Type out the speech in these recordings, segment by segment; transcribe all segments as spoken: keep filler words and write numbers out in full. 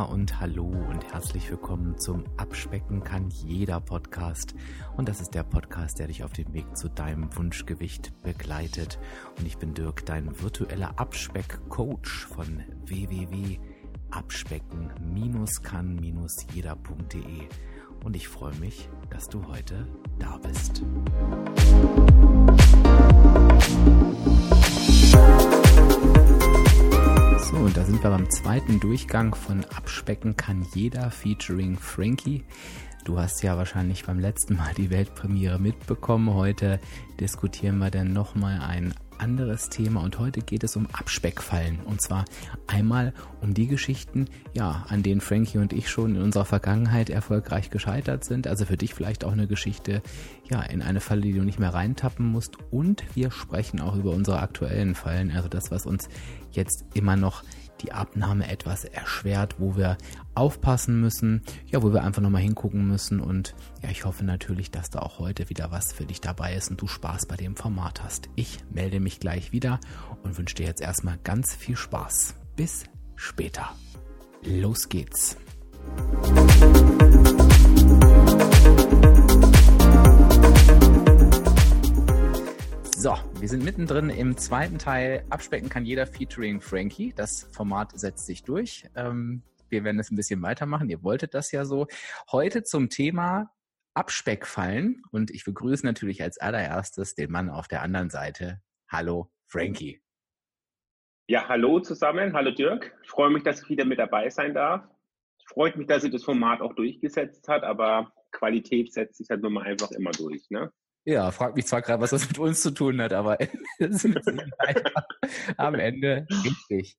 und hallo und herzlich willkommen zum Abspecken kann jeder Podcast. Und das ist der Podcast, der dich auf dem Weg zu deinem Wunschgewicht begleitet. Und ich bin Dirk, dein virtueller Abspeck-Coach von w w w punkt abspecken kann jeder punkt de. Und ich freue mich, dass du heute da bist. So, und da sind wir beim zweiten Durchgang von Abspecken kann jeder featuring Frankie. Du hast ja wahrscheinlich beim letzten Mal die Weltpremiere mitbekommen. Heute diskutieren wir dann nochmal ein anderes Thema und heute geht es um Abspeckfallen. Und zwar einmal um die Geschichten, ja, an denen Frankie und ich schon in unserer Vergangenheit erfolgreich gescheitert sind. Also für dich vielleicht auch eine Geschichte, ja, in eine Falle, die du nicht mehr reintappen musst. Und wir sprechen auch über unsere aktuellen Fallen, also das, was uns jetzt immer noch die Abnahme etwas erschwert, wo wir aufpassen müssen, ja, wo wir einfach nochmal hingucken müssen und ja, ich hoffe natürlich, dass da auch heute wieder was für dich dabei ist und du Spaß bei dem Format hast. Ich melde mich gleich wieder und wünsche dir jetzt erstmal ganz viel Spaß. Bis später. Los geht's. So, wir sind mittendrin im zweiten Teil Abspecken kann jeder featuring Frankie. Das Format setzt sich durch. Ähm, wir werden es ein bisschen weitermachen. Ihr wolltet das ja so. Heute zum Thema Abspeckfallen. Und ich begrüße natürlich als allererstes den Mann auf der anderen Seite. Hallo, Frankie. Ja, hallo zusammen. Hallo Dirk. Ich freue mich, dass ich wieder mit dabei sein darf. Es freut mich, dass sich das Format auch durchgesetzt hat, aber Qualität setzt sich halt nun mal einfach immer durch, ne? Ja, fragt mich zwar gerade, was das mit uns zu tun hat, aber es ist am Ende richtig.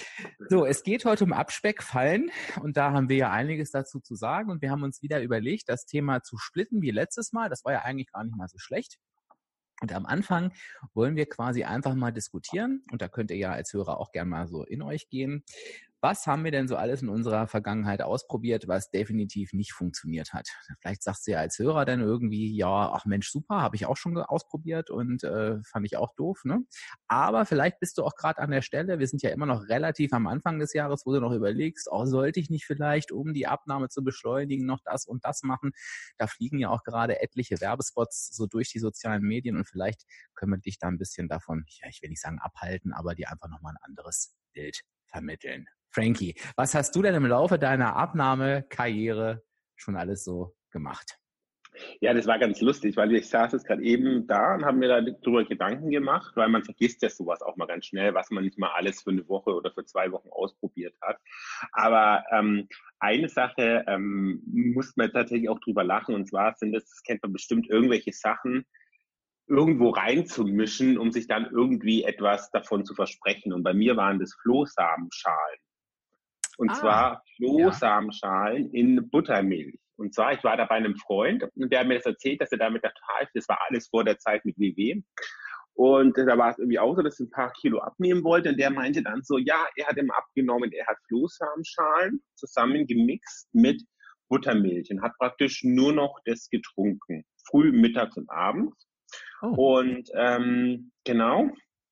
So, es geht heute um Abspeckfallen und da haben wir ja einiges dazu zu sagen und wir haben uns wieder überlegt, das Thema zu splitten wie letztes Mal. Das war ja eigentlich gar nicht mal so schlecht. Und am Anfang wollen wir quasi einfach mal diskutieren und da könnt ihr ja als Hörer auch gerne mal so in euch gehen. Was haben wir denn so alles in unserer Vergangenheit ausprobiert, was definitiv nicht funktioniert hat? Vielleicht sagst du ja als Hörer dann irgendwie, ja, ach Mensch, super, habe ich auch schon ausprobiert und äh, fand ich auch doof, ne? Aber vielleicht bist du auch gerade an der Stelle, wir sind ja immer noch relativ am Anfang des Jahres, wo du noch überlegst, oh, sollte ich nicht vielleicht, um die Abnahme zu beschleunigen, noch das und das machen? Da fliegen ja auch gerade etliche Werbespots so durch die sozialen Medien und vielleicht können wir dich da ein bisschen davon, ja, ich will nicht sagen abhalten, aber dir einfach nochmal ein anderes Bild vermitteln. Frankie, was hast du denn im Laufe deiner Abnahmekarriere schon alles so gemacht? Ja, das war ganz lustig, weil ich saß jetzt gerade eben da und habe mir darüber Gedanken gemacht, weil man vergisst ja sowas auch mal ganz schnell, was man nicht mal alles für eine Woche oder für zwei Wochen ausprobiert hat. Aber ähm, eine Sache ähm, muss man tatsächlich auch drüber lachen und zwar sind das, das kennt man bestimmt, irgendwelche Sachen irgendwo reinzumischen, um sich dann irgendwie etwas davon zu versprechen. Und bei mir waren das Flohsamenschalen. Und ah, zwar Flohsamenschalen ja. in Buttermilch. Und zwar, ich war da bei einem Freund und der hat mir das erzählt, dass er damit total, das war alles vor der Zeit mit W W. Und da war es irgendwie auch so, dass er ein paar Kilo abnehmen wollte. Und der meinte dann so, ja, er hat immer abgenommen, er hat Flohsamenschalen zusammen gemixt mit Buttermilch und hat praktisch nur noch das getrunken. Früh, mittags und abends. Oh. Und ähm, genau.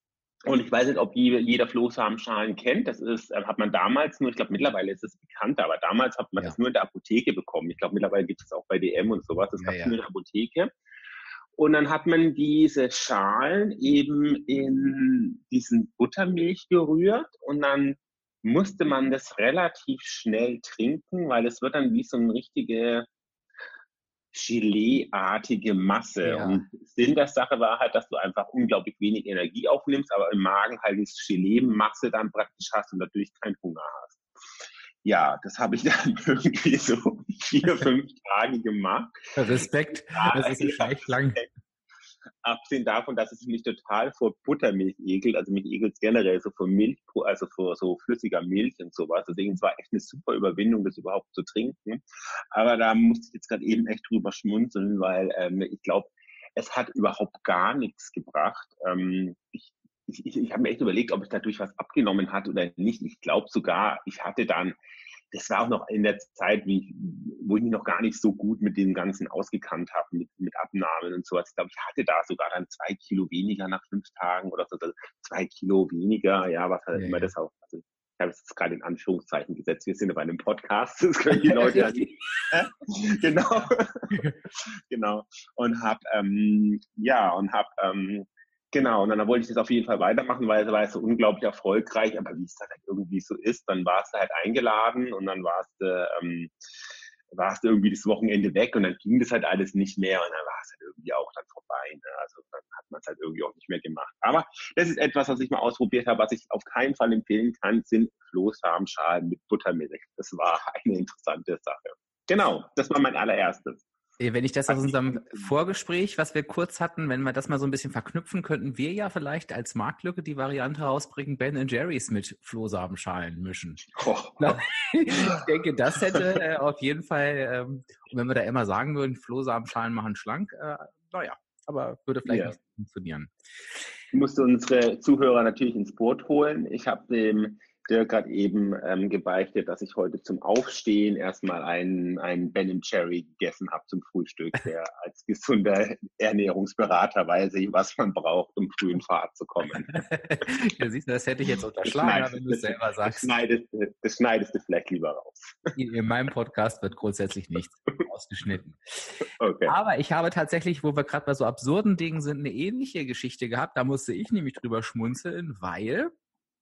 Und ich weiß nicht, ob jeder Flohsamenschalen kennt. Das ist, hat man damals nur, ich glaube mittlerweile ist es bekannter, aber damals hat man ja. das nur in der Apotheke bekommen. Ich glaube mittlerweile gibt es auch bei D M und sowas. Das ja, gab es ja. nur in der Apotheke. Und dann hat man diese Schalen eben in diesen Buttermilch gerührt und dann musste man das relativ schnell trinken, weil es wird dann wie so eine richtige Gelee-artige Masse. Ja. Und Sinn der Sache war halt, dass du einfach unglaublich wenig Energie aufnimmst, aber im Magen halt diese Gelee-Masse dann praktisch hast und dadurch keinen Hunger hast. Ja, das habe ich dann irgendwie so vier, fünf Tage gemacht. Respekt, das ist echt lang. Abgesehen davon, dass es mich total vor Buttermilch ekelt, also mich ekelt es generell so vor Milch, also vor so flüssiger Milch und sowas. Deswegen war es echt eine super Überwindung, das überhaupt zu trinken. Aber da musste ich jetzt gerade eben echt drüber schmunzeln, weil ähm, ich glaube, es hat überhaupt gar nichts gebracht. Ähm, ich ich, ich, ich habe mir echt überlegt, ob ich dadurch was abgenommen hatte oder nicht. Ich glaube sogar, ich hatte dann, das war auch noch in der Zeit, wie ich, wo ich mich noch gar nicht so gut mit dem Ganzen ausgekannt habe, mit, mit Abnahmen und sowas. Ich glaube, ich hatte da sogar dann zwei Kilo weniger nach fünf Tagen oder so, also zwei Kilo weniger, ja, was halt ja, immer ja. das auch, also ich habe es jetzt gerade in Anführungszeichen gesetzt, wir sind ja bei einem Podcast, das können die Leute ja nicht. Genau. Genau. Und hab, ähm, ja, und hab, ähm, genau, und dann wollte ich das auf jeden Fall weitermachen, weil es war so unglaublich erfolgreich, aber wie es dann halt irgendwie so ist, dann warst du halt eingeladen und dann warst du, ähm, warst du irgendwie das Wochenende weg und dann ging das halt alles nicht mehr und dann war es halt irgendwie auch dann vorbei. Ne? Also dann hat man es halt irgendwie auch nicht mehr gemacht. Aber das ist etwas, was ich mal ausprobiert habe, was ich auf keinen Fall empfehlen kann, sind Flohsamenschalen mit Buttermilch. Das war eine interessante Sache. Genau, das war mein allererstes. Wenn ich das aus unserem Vorgespräch, was wir kurz hatten, wenn wir das mal so ein bisschen verknüpfen, könnten wir ja vielleicht als Marktlücke die Variante rausbringen, Ben and Jerry's mit Flohsamenschalen mischen. Oh. Ich denke, das hätte äh, auf jeden Fall, ähm, und wenn wir da immer sagen würden, Flohsamenschalen machen schlank, äh, naja, aber würde vielleicht ja. nicht funktionieren. Ich musste unsere Zuhörer natürlich ins Boot holen. Ich habe dem Dirk gerade eben ähm, gebeichtet, dass ich heute zum Aufstehen erstmal einen, einen Ben and Jerry gegessen habe zum Frühstück, der als gesunder Ernährungsberater weiß ich, was man braucht, um früh in Fahrt zu kommen. Ja, siehst du, das hätte ich jetzt unterschlagen, wenn du es selber sagst. Das schneidest, das schneidest du vielleicht lieber raus. In, in meinem Podcast wird grundsätzlich nichts ausgeschnitten. Okay. Aber ich habe tatsächlich, wo wir gerade bei so absurden Dingen sind, eine ähnliche Geschichte gehabt. Da musste ich nämlich drüber schmunzeln, weil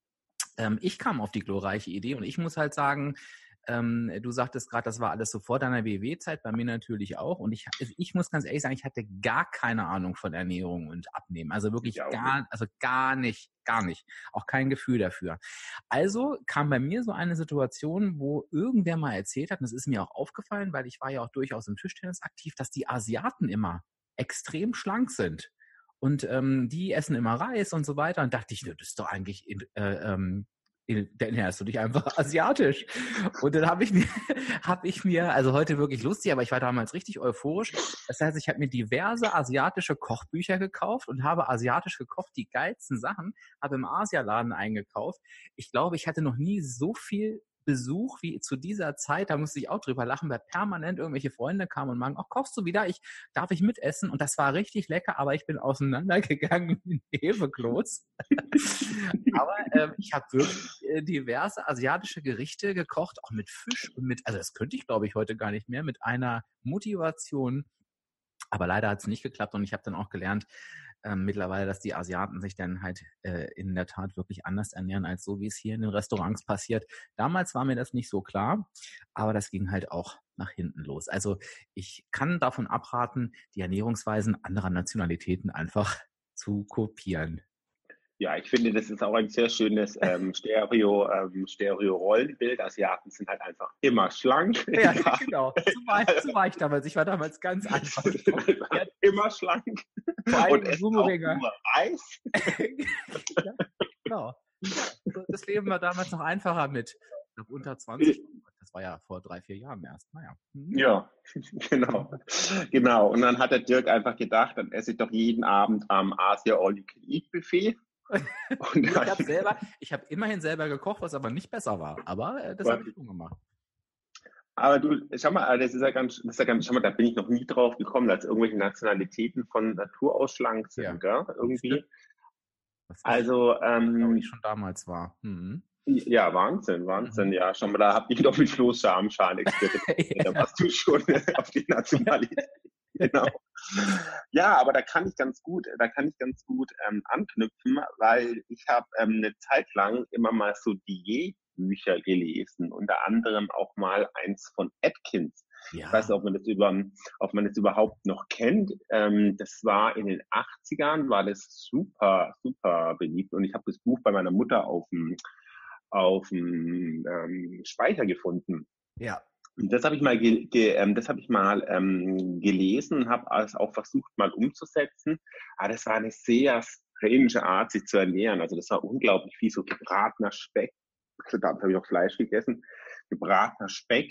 ähm, ich kam auf die glorreiche Idee und ich muss halt sagen, ähm, du sagtest gerade, das war alles so vor deiner B W-Zeit, bei mir natürlich auch. Und ich, ich muss ganz ehrlich sagen, ich hatte gar keine Ahnung von Ernährung und Abnehmen. Also wirklich gar, also gar nicht, gar nicht. Auch kein Gefühl dafür. Also kam bei mir so eine Situation, wo irgendwer mal erzählt hat, und das ist mir auch aufgefallen, weil ich war ja auch durchaus im Tischtennis aktiv, dass die Asiaten immer extrem schlank sind. Und ähm, die essen immer Reis und so weiter. Und dachte ich, das ist doch eigentlich äh, ähm, dann ernährst du dich einfach asiatisch. Und dann habe ich mir, habe ich mir, also heute wirklich lustig, aber ich war damals richtig euphorisch. Das heißt, ich habe mir diverse asiatische Kochbücher gekauft und habe asiatisch gekocht, die geilsten Sachen, habe im Asialaden eingekauft. Ich glaube, ich hatte noch nie so viel Besuch wie zu dieser Zeit, da musste ich auch drüber lachen, weil permanent irgendwelche Freunde kamen und meinen, ach, kochst du wieder? Ich, darf ich mitessen? Und das war richtig lecker, aber ich bin auseinandergegangen wie ein Hefekloß. Aber ähm, ich habe wirklich äh, diverse asiatische Gerichte gekocht, auch mit Fisch und mit, also das könnte ich glaube ich heute gar nicht mehr, mit einer Motivation. Aber leider hat es nicht geklappt und ich habe dann auch gelernt, Ähm, mittlerweile, dass die Asiaten sich dann halt äh, in der Tat wirklich anders ernähren, als so, wie es hier in den Restaurants passiert. Damals war mir das nicht so klar, aber das ging halt auch nach hinten los. Also ich kann davon abraten, die Ernährungsweisen anderer Nationalitäten einfach zu kopieren. Ja, ich finde, das ist auch ein sehr schönes ähm, Stereo, ähm, Stereo-Rollenbild. Asiaten sind halt einfach immer schlank. Ja, genau. So war, ich, so war ich damals. Ich war damals ganz einfach. Immer schlank. Vor allem und essen auch nur Reis. Ja, genau. Ja, das Leben war damals noch einfacher mit, ich glaube, unter zwanzig. Das war ja vor drei, vier Jahren erst. Naja. Hm. Ja, genau. Genau. Und dann hat der Dirk einfach gedacht, dann esse ich doch jeden Abend am Asia All-You-Can-Eat-Buffet. Und ich habe selber, ich habe immerhin selber gekocht, was aber nicht besser war. Aber äh, das habe ich schon gemacht. Aber du, schau mal, das ist ja ganz, das ist ja ganz, schau mal, da bin ich noch nie drauf gekommen, dass irgendwelche Nationalitäten von Natur aus schlank sind, ja, gell? Irgendwie. Das also, ähm, wie schon damals war. Mhm. Ja, Wahnsinn, Wahnsinn. Mhm. Ja, schau mal, da hab ich doch mit Flohsamenschalen experimentiert. Ja. Da warst du schon auf die Nationalität. Genau. Ja, aber da kann ich ganz gut, da kann ich ganz gut ähm, anknüpfen, weil ich habe ähm, eine Zeit lang immer mal so Diätbücher gelesen, unter anderem auch mal eins von Atkins. Ja. Ich weiß nicht, ob man das über, ob man das überhaupt noch kennt. Ähm, das war in den achtzigern, war das super, super beliebt und ich habe das Buch bei meiner Mutter auf dem auf dem ähm, Speicher gefunden. Ja. Und das habe ich mal, ge, ge, ähm, das habe ich mal ähm, gelesen und habe es auch versucht mal umzusetzen. Aber das war eine sehr strange Art, sich zu ernähren. Also das war unglaublich viel so gebratener Speck. Da habe ich auch Fleisch gegessen. Gebratener Speck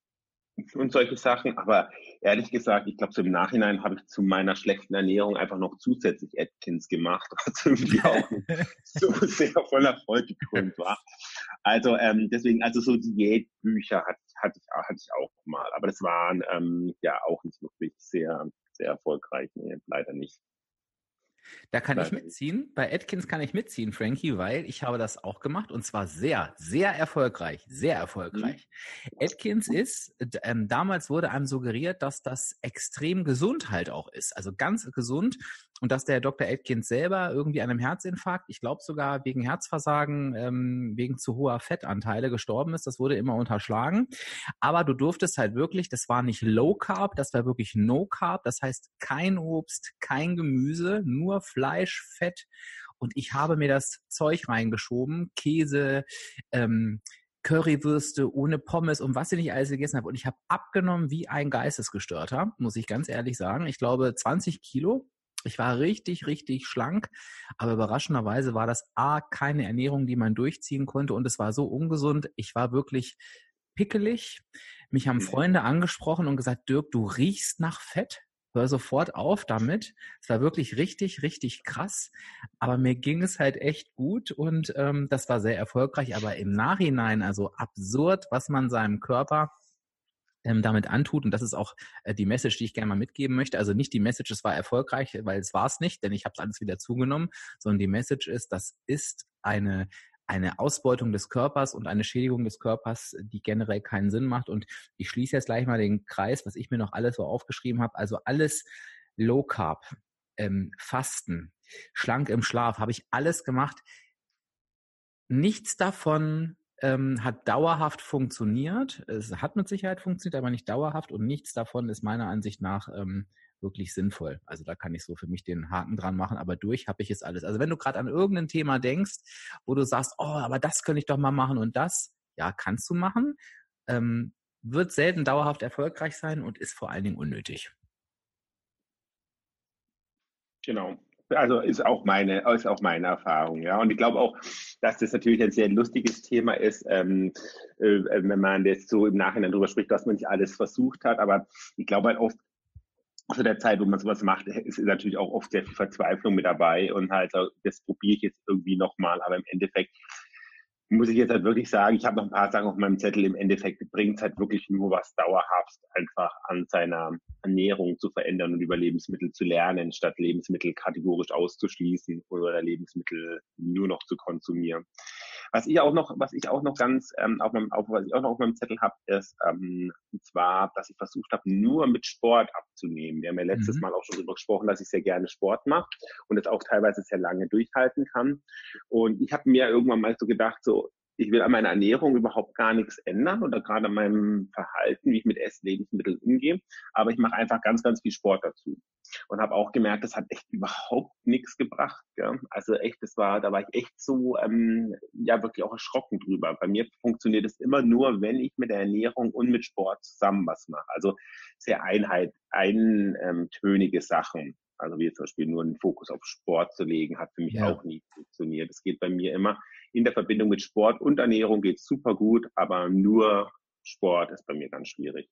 und solche Sachen. Aber ehrlich gesagt, ich glaube, so im Nachhinein habe ich zu meiner schlechten Ernährung einfach noch zusätzlich Atkins gemacht, was irgendwie auch so sehr voll Erfolg gekrönt war. Also ähm, deswegen, also so Diätbücher hatte, hatte, ich, hatte ich auch mal. Aber das waren ähm, ja auch nicht wirklich sehr, sehr erfolgreich. Nee, leider nicht. Da kann ich mitziehen. Bei Atkins kann ich mitziehen, Frankie, weil ich habe das auch gemacht und zwar sehr, sehr erfolgreich. Sehr erfolgreich. Mhm. Atkins ist, ähm, damals wurde einem suggeriert, dass das extrem gesund halt auch ist. Also ganz gesund. Und dass der Doktor Atkins selber irgendwie an einem Herzinfarkt, ich glaube sogar wegen Herzversagen, ähm, wegen zu hoher Fettanteile gestorben ist. Das wurde immer unterschlagen. Aber du durftest halt wirklich, das war nicht Low Carb, das war wirklich No Carb. Das heißt kein Obst, kein Gemüse, nur Fleisch, Fett. Und ich habe mir das Zeug reingeschoben, Käse, ähm, Currywürste ohne Pommes und was ich nicht alles gegessen habe. Und ich habe abgenommen wie ein Geistesgestörter, muss ich ganz ehrlich sagen. Ich glaube zwanzig Kilo. Ich war richtig, richtig schlank, aber überraschenderweise war das A, keine Ernährung, die man durchziehen konnte und es war so ungesund. Ich war wirklich pickelig. Mich haben Freunde angesprochen und gesagt, Dirk, du riechst nach Fett. Hör sofort auf damit. Es war wirklich richtig, richtig krass. Aber mir ging es halt echt gut und ähm, das war sehr erfolgreich. Aber im Nachhinein, also absurd, was man seinem Körper ähm, damit antut. Und das ist auch äh, die Message, die ich gerne mal mitgeben möchte. Also nicht die Message, es war erfolgreich, weil es war es nicht, denn ich habe es alles wieder zugenommen, sondern die Message ist, das ist eine eine Ausbeutung des Körpers und eine Schädigung des Körpers, die generell keinen Sinn macht. Und ich schließe jetzt gleich mal den Kreis, was ich mir noch alles so aufgeschrieben habe. Also alles Low Carb, ähm, Fasten, schlank im Schlaf, habe ich alles gemacht. Nichts davon ähm, hat dauerhaft funktioniert. Es hat mit Sicherheit funktioniert, aber nicht dauerhaft. Und nichts davon ist meiner Ansicht nach ähm, wirklich sinnvoll. Also da kann ich so für mich den Haken dran machen, aber durch habe ich es alles. Also wenn du gerade an irgendein Thema denkst, wo du sagst, oh, aber das könnte ich doch mal machen und das, ja, kannst du machen, ähm, wird selten dauerhaft erfolgreich sein und ist vor allen Dingen unnötig. Genau. Also ist auch meine, ist auch meine Erfahrung, ja. Und ich glaube auch, dass das natürlich ein sehr lustiges Thema ist, ähm, äh, wenn man jetzt so im Nachhinein darüber spricht, dass man nicht alles versucht hat. Aber ich glaube halt oft, zu der Zeit, wo man sowas macht, ist natürlich auch oft sehr viel Verzweiflung mit dabei und halt, das probiere ich jetzt irgendwie nochmal, aber im Endeffekt muss ich jetzt halt wirklich sagen, ich habe noch ein paar Sachen auf meinem Zettel, im Endeffekt bringt es halt wirklich nur was dauerhaft einfach an seiner Ernährung zu verändern und über Lebensmittel zu lernen, statt Lebensmittel kategorisch auszuschließen oder Lebensmittel nur noch zu konsumieren. Was ich auch noch, was ich auch noch ganz ähm, auf meinem, auf, was ich auch noch auf meinem Zettel habe, ist ähm, und zwar, dass ich versucht habe, nur mit Sport abzunehmen. Wir haben ja letztes mhm. Mal auch schon darüber gesprochen, dass ich sehr gerne Sport mache und es auch teilweise sehr lange durchhalten kann. Und ich habe mir irgendwann mal so gedacht, so ich will an meiner Ernährung überhaupt gar nichts ändern oder gerade an meinem Verhalten, wie ich mit Esslebensmitteln umgehe, aber ich mache einfach ganz, ganz viel Sport dazu. Und habe auch gemerkt, das hat echt überhaupt nichts gebracht. Gell? Also echt, das war, da war ich echt so, ähm, ja wirklich auch erschrocken drüber. Bei mir funktioniert es immer nur, wenn ich mit der Ernährung und mit Sport zusammen was mache. Also sehr einheit, eintönige Sachen. Also wie zum Beispiel nur einen Fokus auf Sport zu legen, hat für mich ja. auch nie funktioniert. Es geht bei mir immer in der Verbindung mit Sport und Ernährung geht super gut, aber nur Sport ist bei mir ganz schwierig.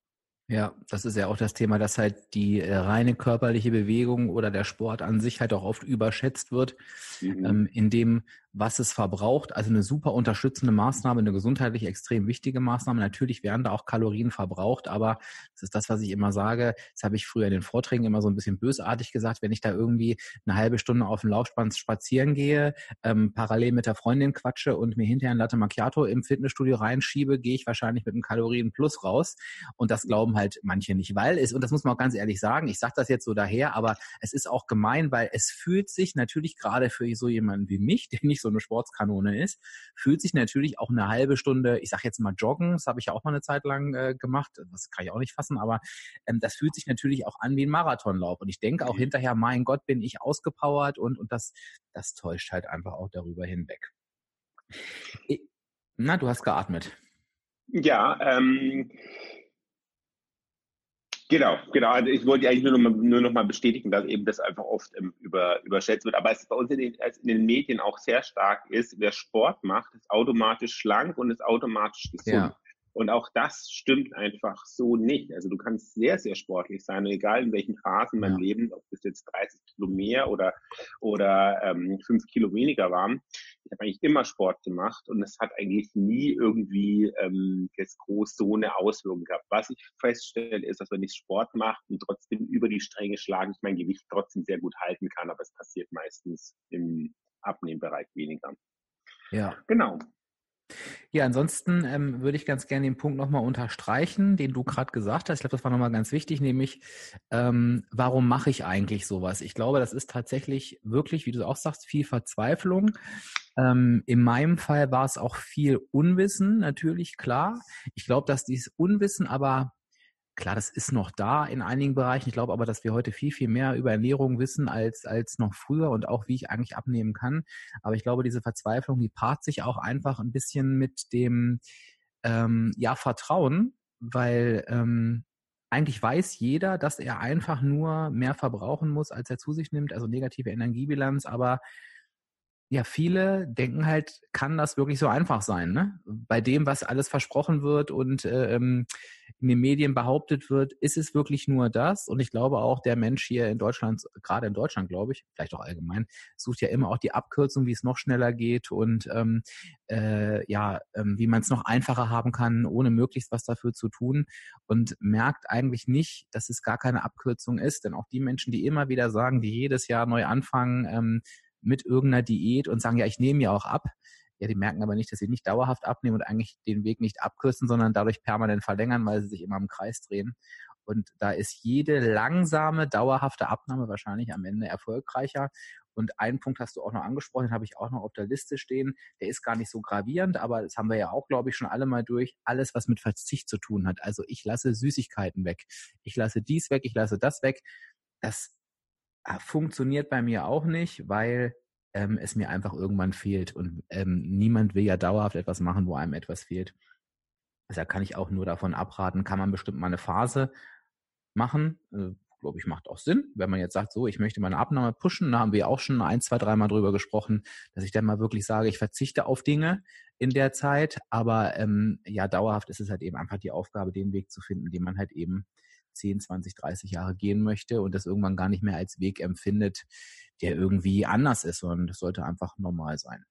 Ja, das ist ja auch das Thema, dass halt die äh, reine körperliche Bewegung oder der Sport an sich halt auch oft überschätzt wird, mhm. ähm, in dem, was es verbraucht. Also eine super unterstützende Maßnahme, eine gesundheitlich extrem wichtige Maßnahme. Natürlich werden da auch Kalorien verbraucht, aber das ist das, was ich immer sage. Das habe ich früher in den Vorträgen immer so ein bisschen bösartig gesagt, wenn ich da irgendwie eine halbe Stunde auf dem Laufband spazieren gehe, ähm, parallel mit der Freundin quatsche und mir hinterher ein Latte Macchiato im Fitnessstudio reinschiebe, gehe ich wahrscheinlich mit einem Kalorienplus raus. Und das glauben halt manche nicht, weil es, und das muss man auch ganz ehrlich sagen, ich sage das jetzt so daher, aber es ist auch gemein, weil es fühlt sich natürlich gerade für so jemanden wie mich, der nicht so eine Sportskanone ist, fühlt sich natürlich auch eine halbe Stunde, ich sage jetzt mal joggen, das habe ich ja auch mal eine Zeit lang äh, gemacht, das kann ich auch nicht fassen, aber ähm, das fühlt sich natürlich auch an wie ein Marathonlauf und ich denke auch hinterher, mein Gott, bin ich ausgepowert und, und das, das täuscht halt einfach auch darüber hinweg. Ich, na, du hast geatmet. Ja, ähm, Genau, genau. Also ich wollte eigentlich nur noch, mal, nur noch mal bestätigen, dass eben das einfach oft ähm, über, überschätzt wird. Aber es bei uns in den, in den Medien auch sehr stark ist, wer Sport macht, ist automatisch schlank und ist automatisch gesund. Ja. Und auch das stimmt einfach so nicht. Also du kannst sehr, sehr sportlich sein, egal in welchen Phasen ja. mein Leben, ob das jetzt dreißig Kilo mehr oder, oder ähm, fünf Kilo weniger waren. Ich habe eigentlich immer Sport gemacht und es hat eigentlich nie irgendwie ähm, jetzt groß so eine Auswirkung gehabt. Was ich feststelle, ist, dass wenn ich Sport mache und trotzdem über die Stränge schlage, ich mein Gewicht trotzdem sehr gut halten kann, aber es passiert meistens im Abnehmbereich weniger. Ja. Genau. Ja, ansonsten ähm, würde ich ganz gerne den Punkt nochmal unterstreichen, den du gerade gesagt hast. Ich glaube, das war nochmal ganz wichtig, nämlich ähm, warum mache ich eigentlich sowas? Ich glaube, das ist tatsächlich wirklich, wie du auch sagst, viel Verzweiflung. Ähm, in meinem Fall war es auch viel Unwissen, natürlich, klar. Ich glaube, dass dieses Unwissen aber klar, das ist noch da in einigen Bereichen. Ich glaube aber, dass wir heute viel, viel mehr über Ernährung wissen als, als noch früher und auch, wie ich eigentlich abnehmen kann. Aber ich glaube, diese Verzweiflung, die paart sich auch einfach ein bisschen mit dem, ähm, ja, Vertrauen, weil ähm, eigentlich weiß jeder, dass er einfach nur mehr verbrauchen muss, als er zu sich nimmt, also negative Energiebilanz, aber ja, viele denken halt, kann das wirklich so einfach sein, ne? Bei dem, was alles versprochen wird und ähm, in den Medien behauptet wird, ist es wirklich nur das? Und ich glaube auch, der Mensch hier in Deutschland, gerade in Deutschland, glaube ich, vielleicht auch allgemein, sucht ja immer auch die Abkürzung, wie es noch schneller geht und ähm, äh, ja, ähm, wie man es noch einfacher haben kann, ohne möglichst was dafür zu tun und merkt eigentlich nicht, dass es gar keine Abkürzung ist. Denn auch die Menschen, die immer wieder sagen, die jedes Jahr neu anfangen, ähm, mit irgendeiner Diät und sagen, ja, ich nehme ja auch ab. Ja, die merken aber nicht, dass sie nicht dauerhaft abnehmen und eigentlich den Weg nicht abkürzen, sondern dadurch permanent verlängern, weil sie sich immer im Kreis drehen. Und da ist jede langsame, dauerhafte Abnahme wahrscheinlich am Ende erfolgreicher. Und einen Punkt hast du auch noch angesprochen, den habe ich auch noch auf der Liste stehen. Der ist gar nicht so gravierend, aber das haben wir ja auch, glaube ich, schon alle mal durch. Alles, was mit Verzicht zu tun hat. Also ich lasse Süßigkeiten weg. Ich lasse dies weg, ich lasse das weg. Das funktioniert bei mir auch nicht, weil ähm, es mir einfach irgendwann fehlt. Und ähm, niemand will ja dauerhaft etwas machen, wo einem etwas fehlt. Deshalb kann ich auch nur davon abraten, kann man bestimmt mal eine Phase machen. Äh, glaube ich, macht auch Sinn. Wenn man jetzt sagt, so, ich möchte meine Abnahme pushen, da haben wir auch schon ein, zwei, dreimal drüber gesprochen, dass ich dann mal wirklich sage, ich verzichte auf Dinge in der Zeit. Aber ähm, ja, dauerhaft ist es halt eben einfach die Aufgabe, den Weg zu finden, den man halt eben zehn, zwanzig, dreißig Jahre gehen möchte und das irgendwann gar nicht mehr als Weg empfindet, der irgendwie anders ist, sondern das sollte einfach normal sein.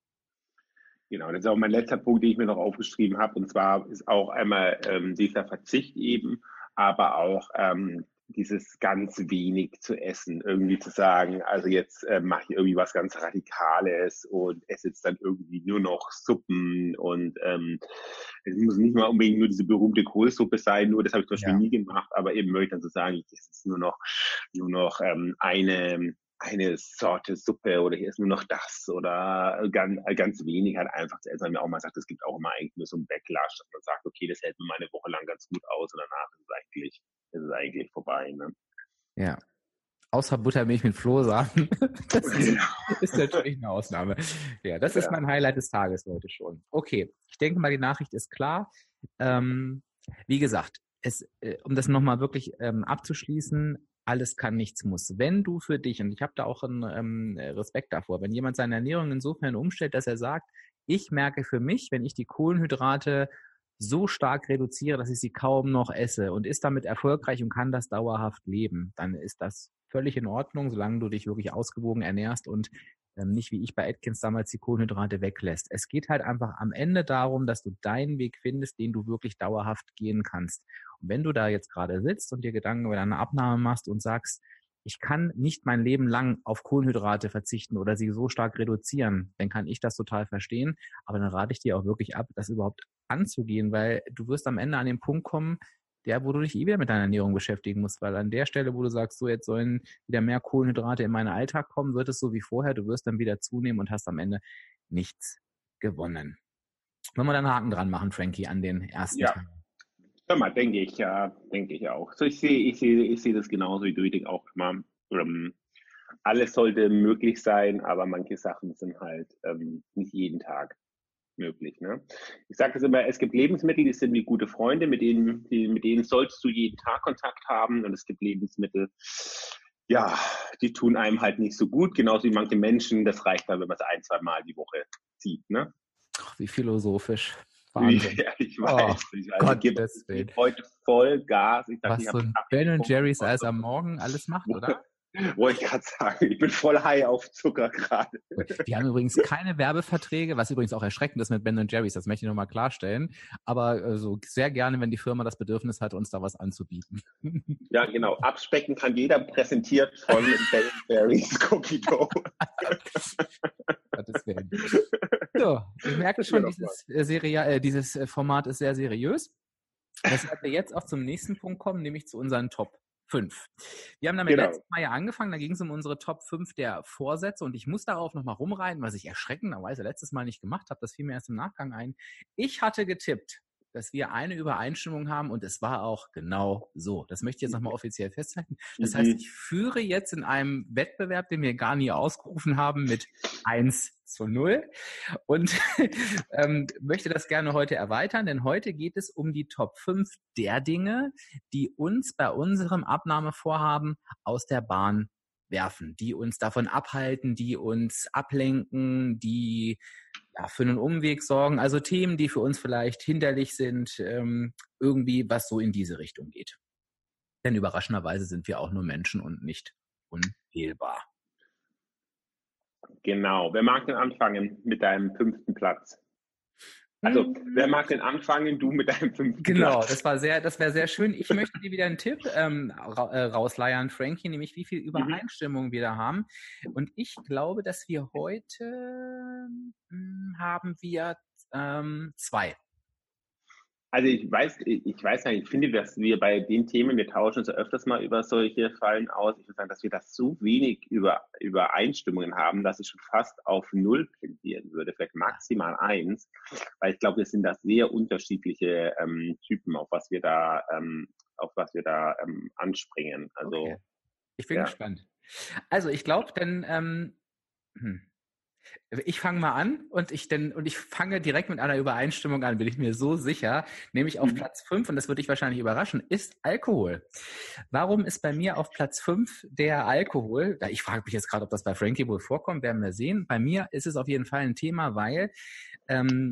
Genau, das ist auch mein letzter Punkt, den ich mir noch aufgeschrieben habe. Und zwar ist auch einmal ähm, dieser Verzicht eben, aber auch ähm, dieses ganz wenig zu essen, irgendwie zu sagen, also jetzt äh, mache ich irgendwie was ganz Radikales und esse jetzt dann irgendwie nur noch Suppen und ähm, es muss nicht mal unbedingt nur diese berühmte Kohlsuppe sein, nur das habe ich zum Beispiel ja. nie gemacht, aber eben möchte ich dann so sagen, ich esse jetzt nur noch, nur noch ähm, eine eine Sorte Suppe oder hier ist nur noch das oder ganz, ganz wenig halt einfach zu essen. Weil mir auch mal sagt, es gibt auch immer eigentlich nur so einen Backlash, dass man sagt, okay, das hält mir mal eine Woche lang ganz gut aus und danach ist es eigentlich, ist es eigentlich vorbei. Ne? Ja. Außer Buttermilch mit Flohsamen. Das ist, ist natürlich eine Ausnahme. Ja, das ist ja. mein Highlight des Tages heute schon. Okay, ich denke mal, die Nachricht ist klar. Ähm, wie gesagt, es, äh, um das nochmal wirklich ähm, abzuschließen, alles kann, nichts muss. Wenn du für dich, und ich habe da auch einen ähm, Respekt davor, wenn jemand seine Ernährung insofern umstellt, dass er sagt, ich merke für mich, wenn ich die Kohlenhydrate so stark reduziere, dass ich sie kaum noch esse und ist damit erfolgreich und kann das dauerhaft leben, dann ist das völlig in Ordnung, solange du dich wirklich ausgewogen ernährst und ähm, nicht wie ich bei Atkins damals die Kohlenhydrate weglässt. Es geht halt einfach am Ende darum, dass du deinen Weg findest, den du wirklich dauerhaft gehen kannst. Und wenn du da jetzt gerade sitzt und dir Gedanken über deine Abnahme machst und sagst, ich kann nicht mein Leben lang auf Kohlenhydrate verzichten oder sie so stark reduzieren, dann kann ich das total verstehen. Aber dann rate ich dir auch wirklich ab, das überhaupt anzugehen, weil du wirst am Ende an den Punkt kommen, der, wo du dich eh wieder mit deiner Ernährung beschäftigen musst, weil an der Stelle, wo du sagst, so jetzt sollen wieder mehr Kohlenhydrate in meinen Alltag kommen, wird es so wie vorher, du wirst dann wieder zunehmen und hast am Ende nichts gewonnen. Wollen wir dann einen Haken dran machen, Frankie, an den ersten ja. Teil? Ja, mal, denke ich, ja, denke ich auch. So, ich sehe, ich sehe, ich sehe das genauso wie du, ich denke auch immer, ähm, alles sollte möglich sein, aber manche Sachen sind halt ähm, nicht jeden Tag möglich. Ne? Ich sage das immer, es gibt Lebensmittel, die sind wie gute Freunde, mit denen, die, mit denen sollst du jeden Tag Kontakt haben. Und es gibt Lebensmittel, ja, die tun einem halt nicht so gut, genauso wie manche Menschen. Das reicht dann, wenn man es ein, zwei Mal die Woche sieht. Ne? Ach, wie philosophisch. Wahnsinn. Ja, ich Oh, weiß. Ich weiß, Gott, ich gebe deswegen. heute voll Gas. Ich dachte, Was ich so habe ein Ben und Jerry's alles am Morgen alles macht, Wo- oder? Wollte ich gerade sagen, ich bin voll high auf Zucker gerade. Die haben übrigens keine Werbeverträge, was übrigens auch erschreckend ist mit Ben und Jerry's, das möchte ich nochmal klarstellen. Aber äh, so sehr gerne, wenn die Firma das Bedürfnis hat, uns da was anzubieten. Ja, genau. Abspecken kann jeder, präsentiert von Ben Barry's Cookie Dough. Gottes Willen. So, ich merke schon, dieses, äh, Serie, äh, dieses äh, Format ist sehr seriös. Weshalb wir jetzt auch zum nächsten Punkt kommen, nämlich zu unseren Top fünf. Wir haben damit Genau. letztes Mal ja angefangen, da ging es um unsere Top fünf der Vorsätze und ich muss darauf nochmal rumreiten, was ich erschreckenderweise letztes Mal nicht gemacht habe, das fiel mir erst im Nachgang ein. Ich hatte getippt, dass wir eine Übereinstimmung haben und es war auch genau so. Das möchte ich jetzt nochmal offiziell festhalten. Das Mhm. heißt, ich führe jetzt in einem Wettbewerb, den wir gar nie ausgerufen haben, mit eins zu null und ähm, möchte das gerne heute erweitern, denn heute geht es um die Top fünf der Dinge, die uns bei unserem Abnahmevorhaben aus der Bahn werfen, die uns davon abhalten, die uns ablenken, die ja, für einen Umweg sorgen, also Themen, die für uns vielleicht hinderlich sind, ähm, irgendwie was so in diese Richtung geht. Denn überraschenderweise sind wir auch nur Menschen und nicht unfehlbar. Genau. Wer mag denn anfangen mit deinem fünften Platz? Also, Mhm. wer mag denn anfangen? Du mit deinem fünften Genau, Platz. das war sehr, das wäre sehr schön. Ich möchte dir wieder einen Tipp ähm, ra äh, rausleiern, Frankie, nämlich wie viel Übereinstimmung wir da haben. Und ich glaube, dass wir heute hm, haben wir ähm, zwei. Also ich weiß, ich weiß nicht, ich finde, dass wir bei den Themen, wir tauschen uns ja öfters mal über solche Fallen aus. Ich würde sagen, dass wir das so wenig über Übereinstimmungen haben, dass ich schon fast auf null plädieren würde, vielleicht maximal eins, weil ich glaube, wir sind da sehr unterschiedliche ähm, Typen, auf was wir da, ähm, auf was wir da ähm, anspringen. Also Okay. Ich bin ja. gespannt. Also ich glaube, denn ähm, hm. ich fange mal an und ich denn und ich fange direkt mit einer Übereinstimmung an, bin ich mir so sicher, nämlich auf Mhm. Platz fünf, und das würde dich wahrscheinlich überraschen, ist Alkohol. Warum ist bei mir auf Platz fünf der Alkohol? Ich frage mich jetzt gerade, ob das bei Frankie wohl vorkommt, werden wir sehen. Bei mir ist es auf jeden Fall ein Thema, weil ähm,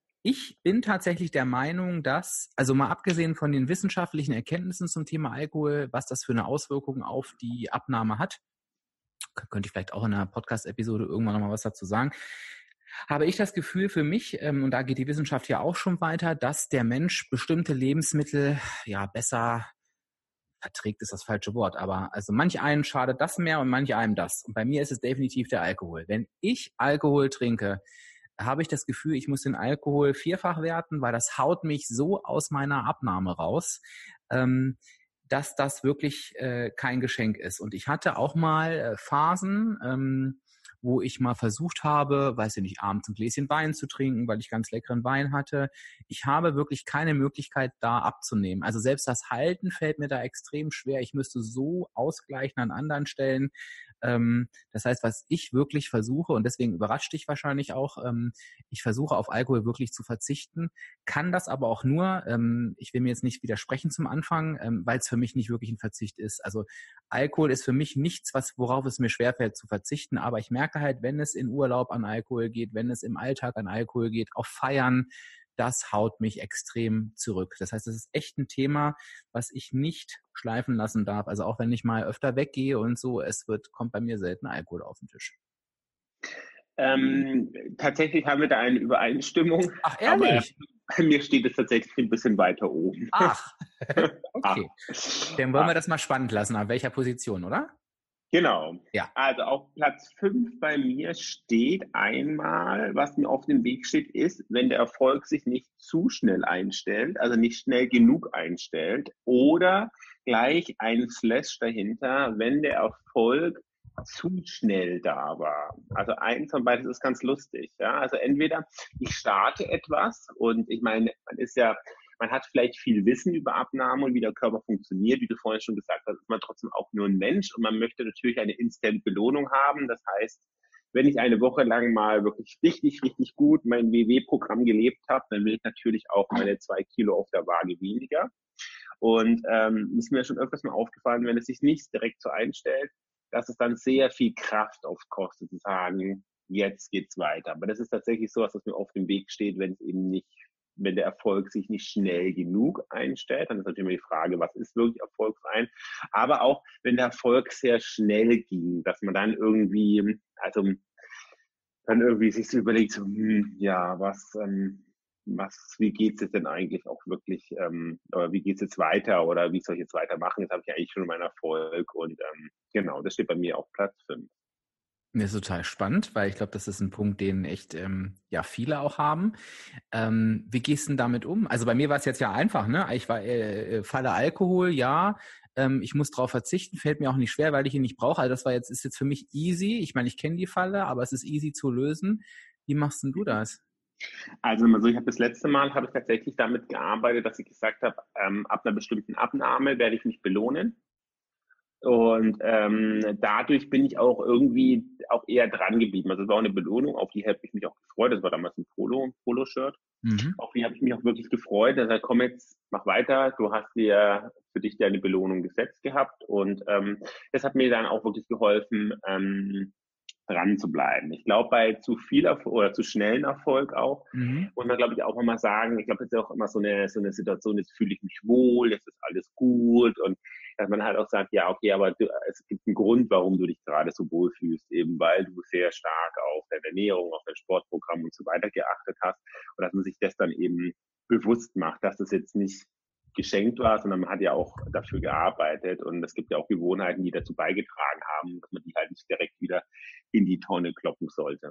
ich bin tatsächlich der Meinung, dass, also mal abgesehen von den wissenschaftlichen Erkenntnissen zum Thema Alkohol, was das für eine Auswirkung auf die Abnahme hat, könnte ich vielleicht auch in einer Podcast-Episode irgendwann nochmal was dazu sagen, habe ich das Gefühl für mich, ähm, und da geht die Wissenschaft ja auch schon weiter, dass der Mensch bestimmte Lebensmittel ja besser verträgt, ist das falsche Wort, aber also manch einen schadet das mehr und manch einem das. Und bei mir ist es definitiv der Alkohol. Wenn ich Alkohol trinke, habe ich das Gefühl, ich muss den Alkohol vierfach werten, weil das haut mich so aus meiner Abnahme raus, ähm, dass das wirklich äh, kein Geschenk ist. Und ich hatte auch mal äh, Phasen, ähm, wo ich mal versucht habe, weiß ich nicht, abends ein Gläschen Wein zu trinken, weil ich ganz leckeren Wein hatte. Ich habe wirklich keine Möglichkeit, da abzunehmen. Also selbst das Halten fällt mir da extrem schwer. Ich müsste so ausgleichen an anderen Stellen. Ähm, das heißt, was ich wirklich versuche, und deswegen überrascht dich wahrscheinlich auch, ähm, ich versuche auf Alkohol wirklich zu verzichten, kann das aber auch nur, ähm, ich will mir jetzt nicht widersprechen zum Anfang, ähm, weil es für mich nicht wirklich ein Verzicht ist. Also Alkohol ist für mich nichts, was worauf es mir schwerfällt zu verzichten, aber ich merke halt, wenn es in Urlaub an Alkohol geht, wenn es im Alltag an Alkohol geht, auf Feiern, das haut mich extrem zurück. Das heißt, das ist echt ein Thema, was ich nicht schleifen lassen darf. Also auch wenn ich mal öfter weggehe und so, es wird, kommt bei mir selten Alkohol auf den Tisch. Ähm, tatsächlich haben wir da eine Übereinstimmung. Ach, ehrlich? Aber bei mir steht es tatsächlich ein bisschen weiter oben. Ach, okay. Ach. Dann wollen wir Ach. das mal spannend lassen. An welcher Position, oder? Genau. Ja. Also auf Platz fünf bei mir steht einmal, was mir auf dem Weg steht, ist, wenn der Erfolg sich nicht zu schnell einstellt, also nicht schnell genug einstellt, oder gleich ein Slash dahinter, wenn der Erfolg zu schnell da war. Also eins von beides ist ganz lustig. Ja? Also entweder ich starte etwas und ich meine, man ist ja, man hat vielleicht viel Wissen über Abnahme und wie der Körper funktioniert. Wie du vorhin schon gesagt hast, ist man trotzdem auch nur ein Mensch und man möchte natürlich eine Instant-Belohnung haben. Das heißt, wenn ich eine Woche lang mal wirklich richtig, richtig gut mein W W-Programm gelebt habe, dann will ich natürlich auch meine zwei Kilo auf der Waage weniger. Und ähm, ist mir schon öfters mal aufgefallen, wenn es sich nicht direkt so einstellt, dass es dann sehr viel Kraft oft kostet, zu sagen, jetzt geht's weiter. Aber das ist tatsächlich so, was mir auf dem Weg steht, wenn es eben nicht wenn der Erfolg sich nicht schnell genug einstellt, dann ist natürlich immer die Frage, was ist wirklich Erfolg sein? Aber auch, wenn der Erfolg sehr schnell ging, dass man dann irgendwie, also dann irgendwie sich so überlegt, so, hm, ja, was, ähm, was, wie geht's jetzt denn eigentlich auch wirklich, ähm, oder wie geht's jetzt weiter oder wie soll ich jetzt weitermachen? Jetzt habe ich eigentlich schon meinen Erfolg und ähm, genau, das steht bei mir auf Platz fünf. Das ist total spannend, weil ich glaube, das ist ein Punkt, den echt ähm, ja viele auch haben. Ähm, wie gehst du denn damit um? Also bei mir war es jetzt ja einfach, ne? Ich war äh, Falle Alkohol, ja. Ähm, ich muss drauf verzichten, fällt mir auch nicht schwer, weil ich ihn nicht brauche. Also das war jetzt ist jetzt für mich easy. Ich meine, ich kenne die Falle, aber es ist easy zu lösen. Wie machst denn du das? Also, also ich habe das letzte Mal habe ich tatsächlich damit gearbeitet, dass ich gesagt habe, ähm, ab einer bestimmten Abnahme werde ich mich belohnen. Und ähm, dadurch bin ich auch irgendwie auch eher dran geblieben. Also es war auch eine Belohnung, auf die habe ich mich auch gefreut. Das war damals ein Polo, ein Polo-Shirt. Mhm. Auf die habe ich mich auch wirklich gefreut. Also komm jetzt, mach weiter. Du hast dir für dich deine Belohnung gesetzt gehabt. Und ähm, das hat mir dann auch wirklich geholfen, ähm, dran zu bleiben. Ich glaube, bei zu viel Erfolg oder zu schnellen Erfolg auch, Mhm. muss man, glaube ich, auch immer sagen, ich glaube, das ist ja auch immer so eine, so eine Situation, jetzt fühle ich mich wohl, jetzt ist alles gut und dass man halt auch sagt, ja, okay, aber du, es gibt einen Grund, warum du dich gerade so wohl fühlst, eben weil du sehr stark auf deine Ernährung, auf dein Sportprogramm und so weiter geachtet hast und dass man sich das dann eben bewusst macht, dass das jetzt nicht geschenkt war, sondern man hat ja auch dafür gearbeitet und es gibt ja auch Gewohnheiten, die dazu beigetragen haben, dass man die halt nicht direkt wieder in die Tonne kloppen sollte.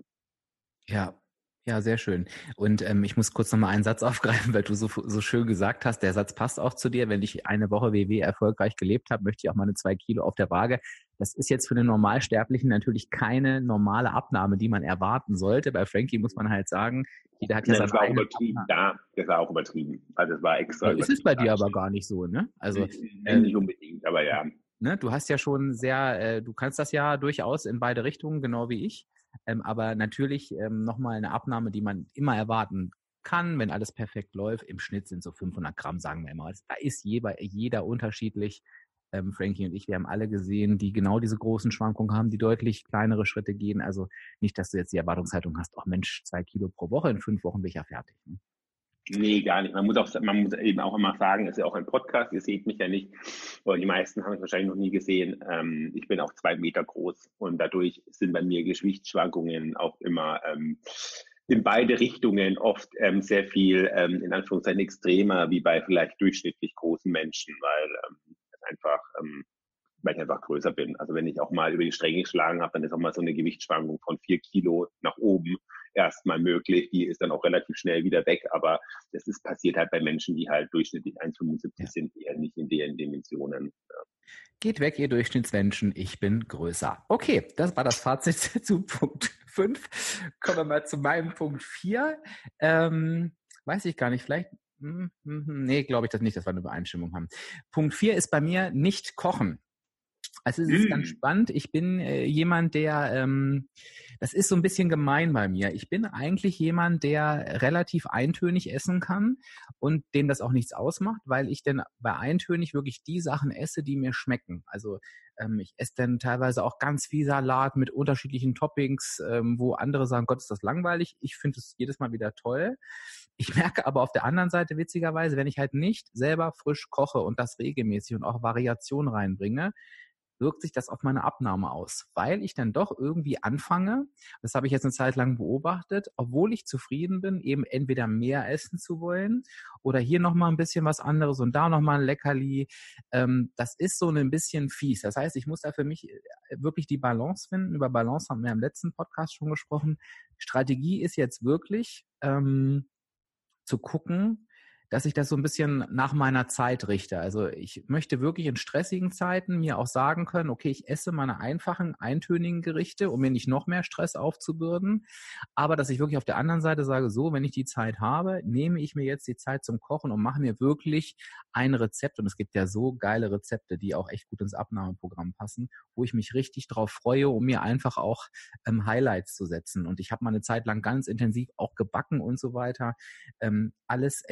Ja, ja, sehr schön. Und ähm, ich muss kurz nochmal einen Satz aufgreifen, weil du so, so schön gesagt hast, der Satz passt auch zu dir. Wenn ich eine Woche W W erfolgreich gelebt habe, möchte ich auch meine zwei Kilo auf der Waage. Das ist jetzt für den Normalsterblichen natürlich keine normale Abnahme, die man erwarten sollte. Bei Frankie muss man halt sagen, jeder hat ja Ja, seine das war auch eigene übertrieben. Abnahme. Ja, das war auch übertrieben. Also es war extra Ist es übertrieben bei dir aber dargestellt. gar nicht so, ne? Also Nee, äh, nicht unbedingt, aber ja. ne, du hast ja schon sehr, äh, du kannst das ja durchaus in beide Richtungen, genau wie ich. Ähm, aber natürlich ähm, nochmal eine Abnahme, die man immer erwarten kann, wenn alles perfekt läuft. Im Schnitt sind so fünfhundert Gramm, sagen wir immer. Da ist jeder, jeder unterschiedlich. Ähm, Frankie und ich, wir haben alle gesehen, die genau diese großen Schwankungen haben, die deutlich kleinere Schritte gehen. Also nicht, dass du jetzt die Erwartungshaltung hast, ach Mensch, zwei Kilo pro Woche, in fünf Wochen bin ich ja fertig. Ne? Nee, gar nicht. Man muss auch, man muss eben auch immer sagen, es ist ja auch ein Podcast, ihr seht mich ja nicht, oder die meisten haben mich wahrscheinlich noch nie gesehen. Ähm, ich bin auch zwei Meter groß und dadurch sind bei mir Gewichtsschwankungen auch immer ähm, in beide Richtungen oft ähm, sehr viel, ähm, in Anführungszeichen, extremer wie bei vielleicht durchschnittlich großen Menschen, weil ähm, einfach, ähm, weil ich einfach größer bin. Also wenn ich auch mal über die Stränge geschlagen habe, dann ist auch mal so eine Gewichtsschwankung von vier Kilo nach oben erstmal möglich. Die ist dann auch relativ schnell wieder weg, aber das ist passiert halt bei Menschen, die halt durchschnittlich eins Komma fünfundsiebzig Ja. sind, eher nicht in den Dimensionen. Geht weg, ihr Durchschnittsmenschen, ich bin größer. Okay, das war das Fazit zu Punkt fünf. Kommen wir mal zu meinem Punkt vier. Ähm, weiß ich gar nicht, vielleicht, hm, hm, hm, nee, glaube ich das nicht, dass wir eine Übereinstimmung haben. Punkt vier ist bei mir nicht kochen. Also es ist ganz Mm. spannend. Ich bin äh, jemand, der, ähm, das ist so ein bisschen gemein bei mir. Ich bin eigentlich jemand, der relativ eintönig essen kann und dem das auch nichts ausmacht, weil ich dann bei eintönig wirklich die Sachen esse, die mir schmecken. Also ähm, ich esse dann teilweise auch ganz viel Salat mit unterschiedlichen Toppings, ähm, wo andere sagen, Gott, ist das langweilig. Ich finde es jedes Mal wieder toll. Ich merke aber auf der anderen Seite witzigerweise, wenn ich halt nicht selber frisch koche und das regelmäßig und auch Variation reinbringe, wirkt sich das auf meine Abnahme aus, weil ich dann doch irgendwie anfange, das habe ich jetzt eine Zeit lang beobachtet, obwohl ich zufrieden bin, eben entweder mehr essen zu wollen oder hier nochmal ein bisschen was anderes und da nochmal ein Leckerli. Ähm, das ist so ein bisschen fies. Das heißt, ich muss da für mich wirklich die Balance finden. Über Balance haben wir im letzten Podcast schon gesprochen. Strategie ist jetzt wirklich ähm, zu gucken, dass ich das so ein bisschen nach meiner Zeit richte. Also ich möchte wirklich in stressigen Zeiten mir auch sagen können, okay, ich esse meine einfachen, eintönigen Gerichte, um mir nicht noch mehr Stress aufzubürden. Aber dass ich wirklich auf der anderen Seite sage, so, wenn ich die Zeit habe, nehme ich mir jetzt die Zeit zum Kochen und mache mir wirklich ein Rezept. Und es gibt ja so geile Rezepte, die auch echt gut ins Abnahmeprogramm passen, wo ich mich richtig drauf freue, um mir einfach auch ähm, Highlights zu setzen. Und ich habe mal eine Zeit lang ganz intensiv auch gebacken und so weiter. Ähm, alles echt ähm,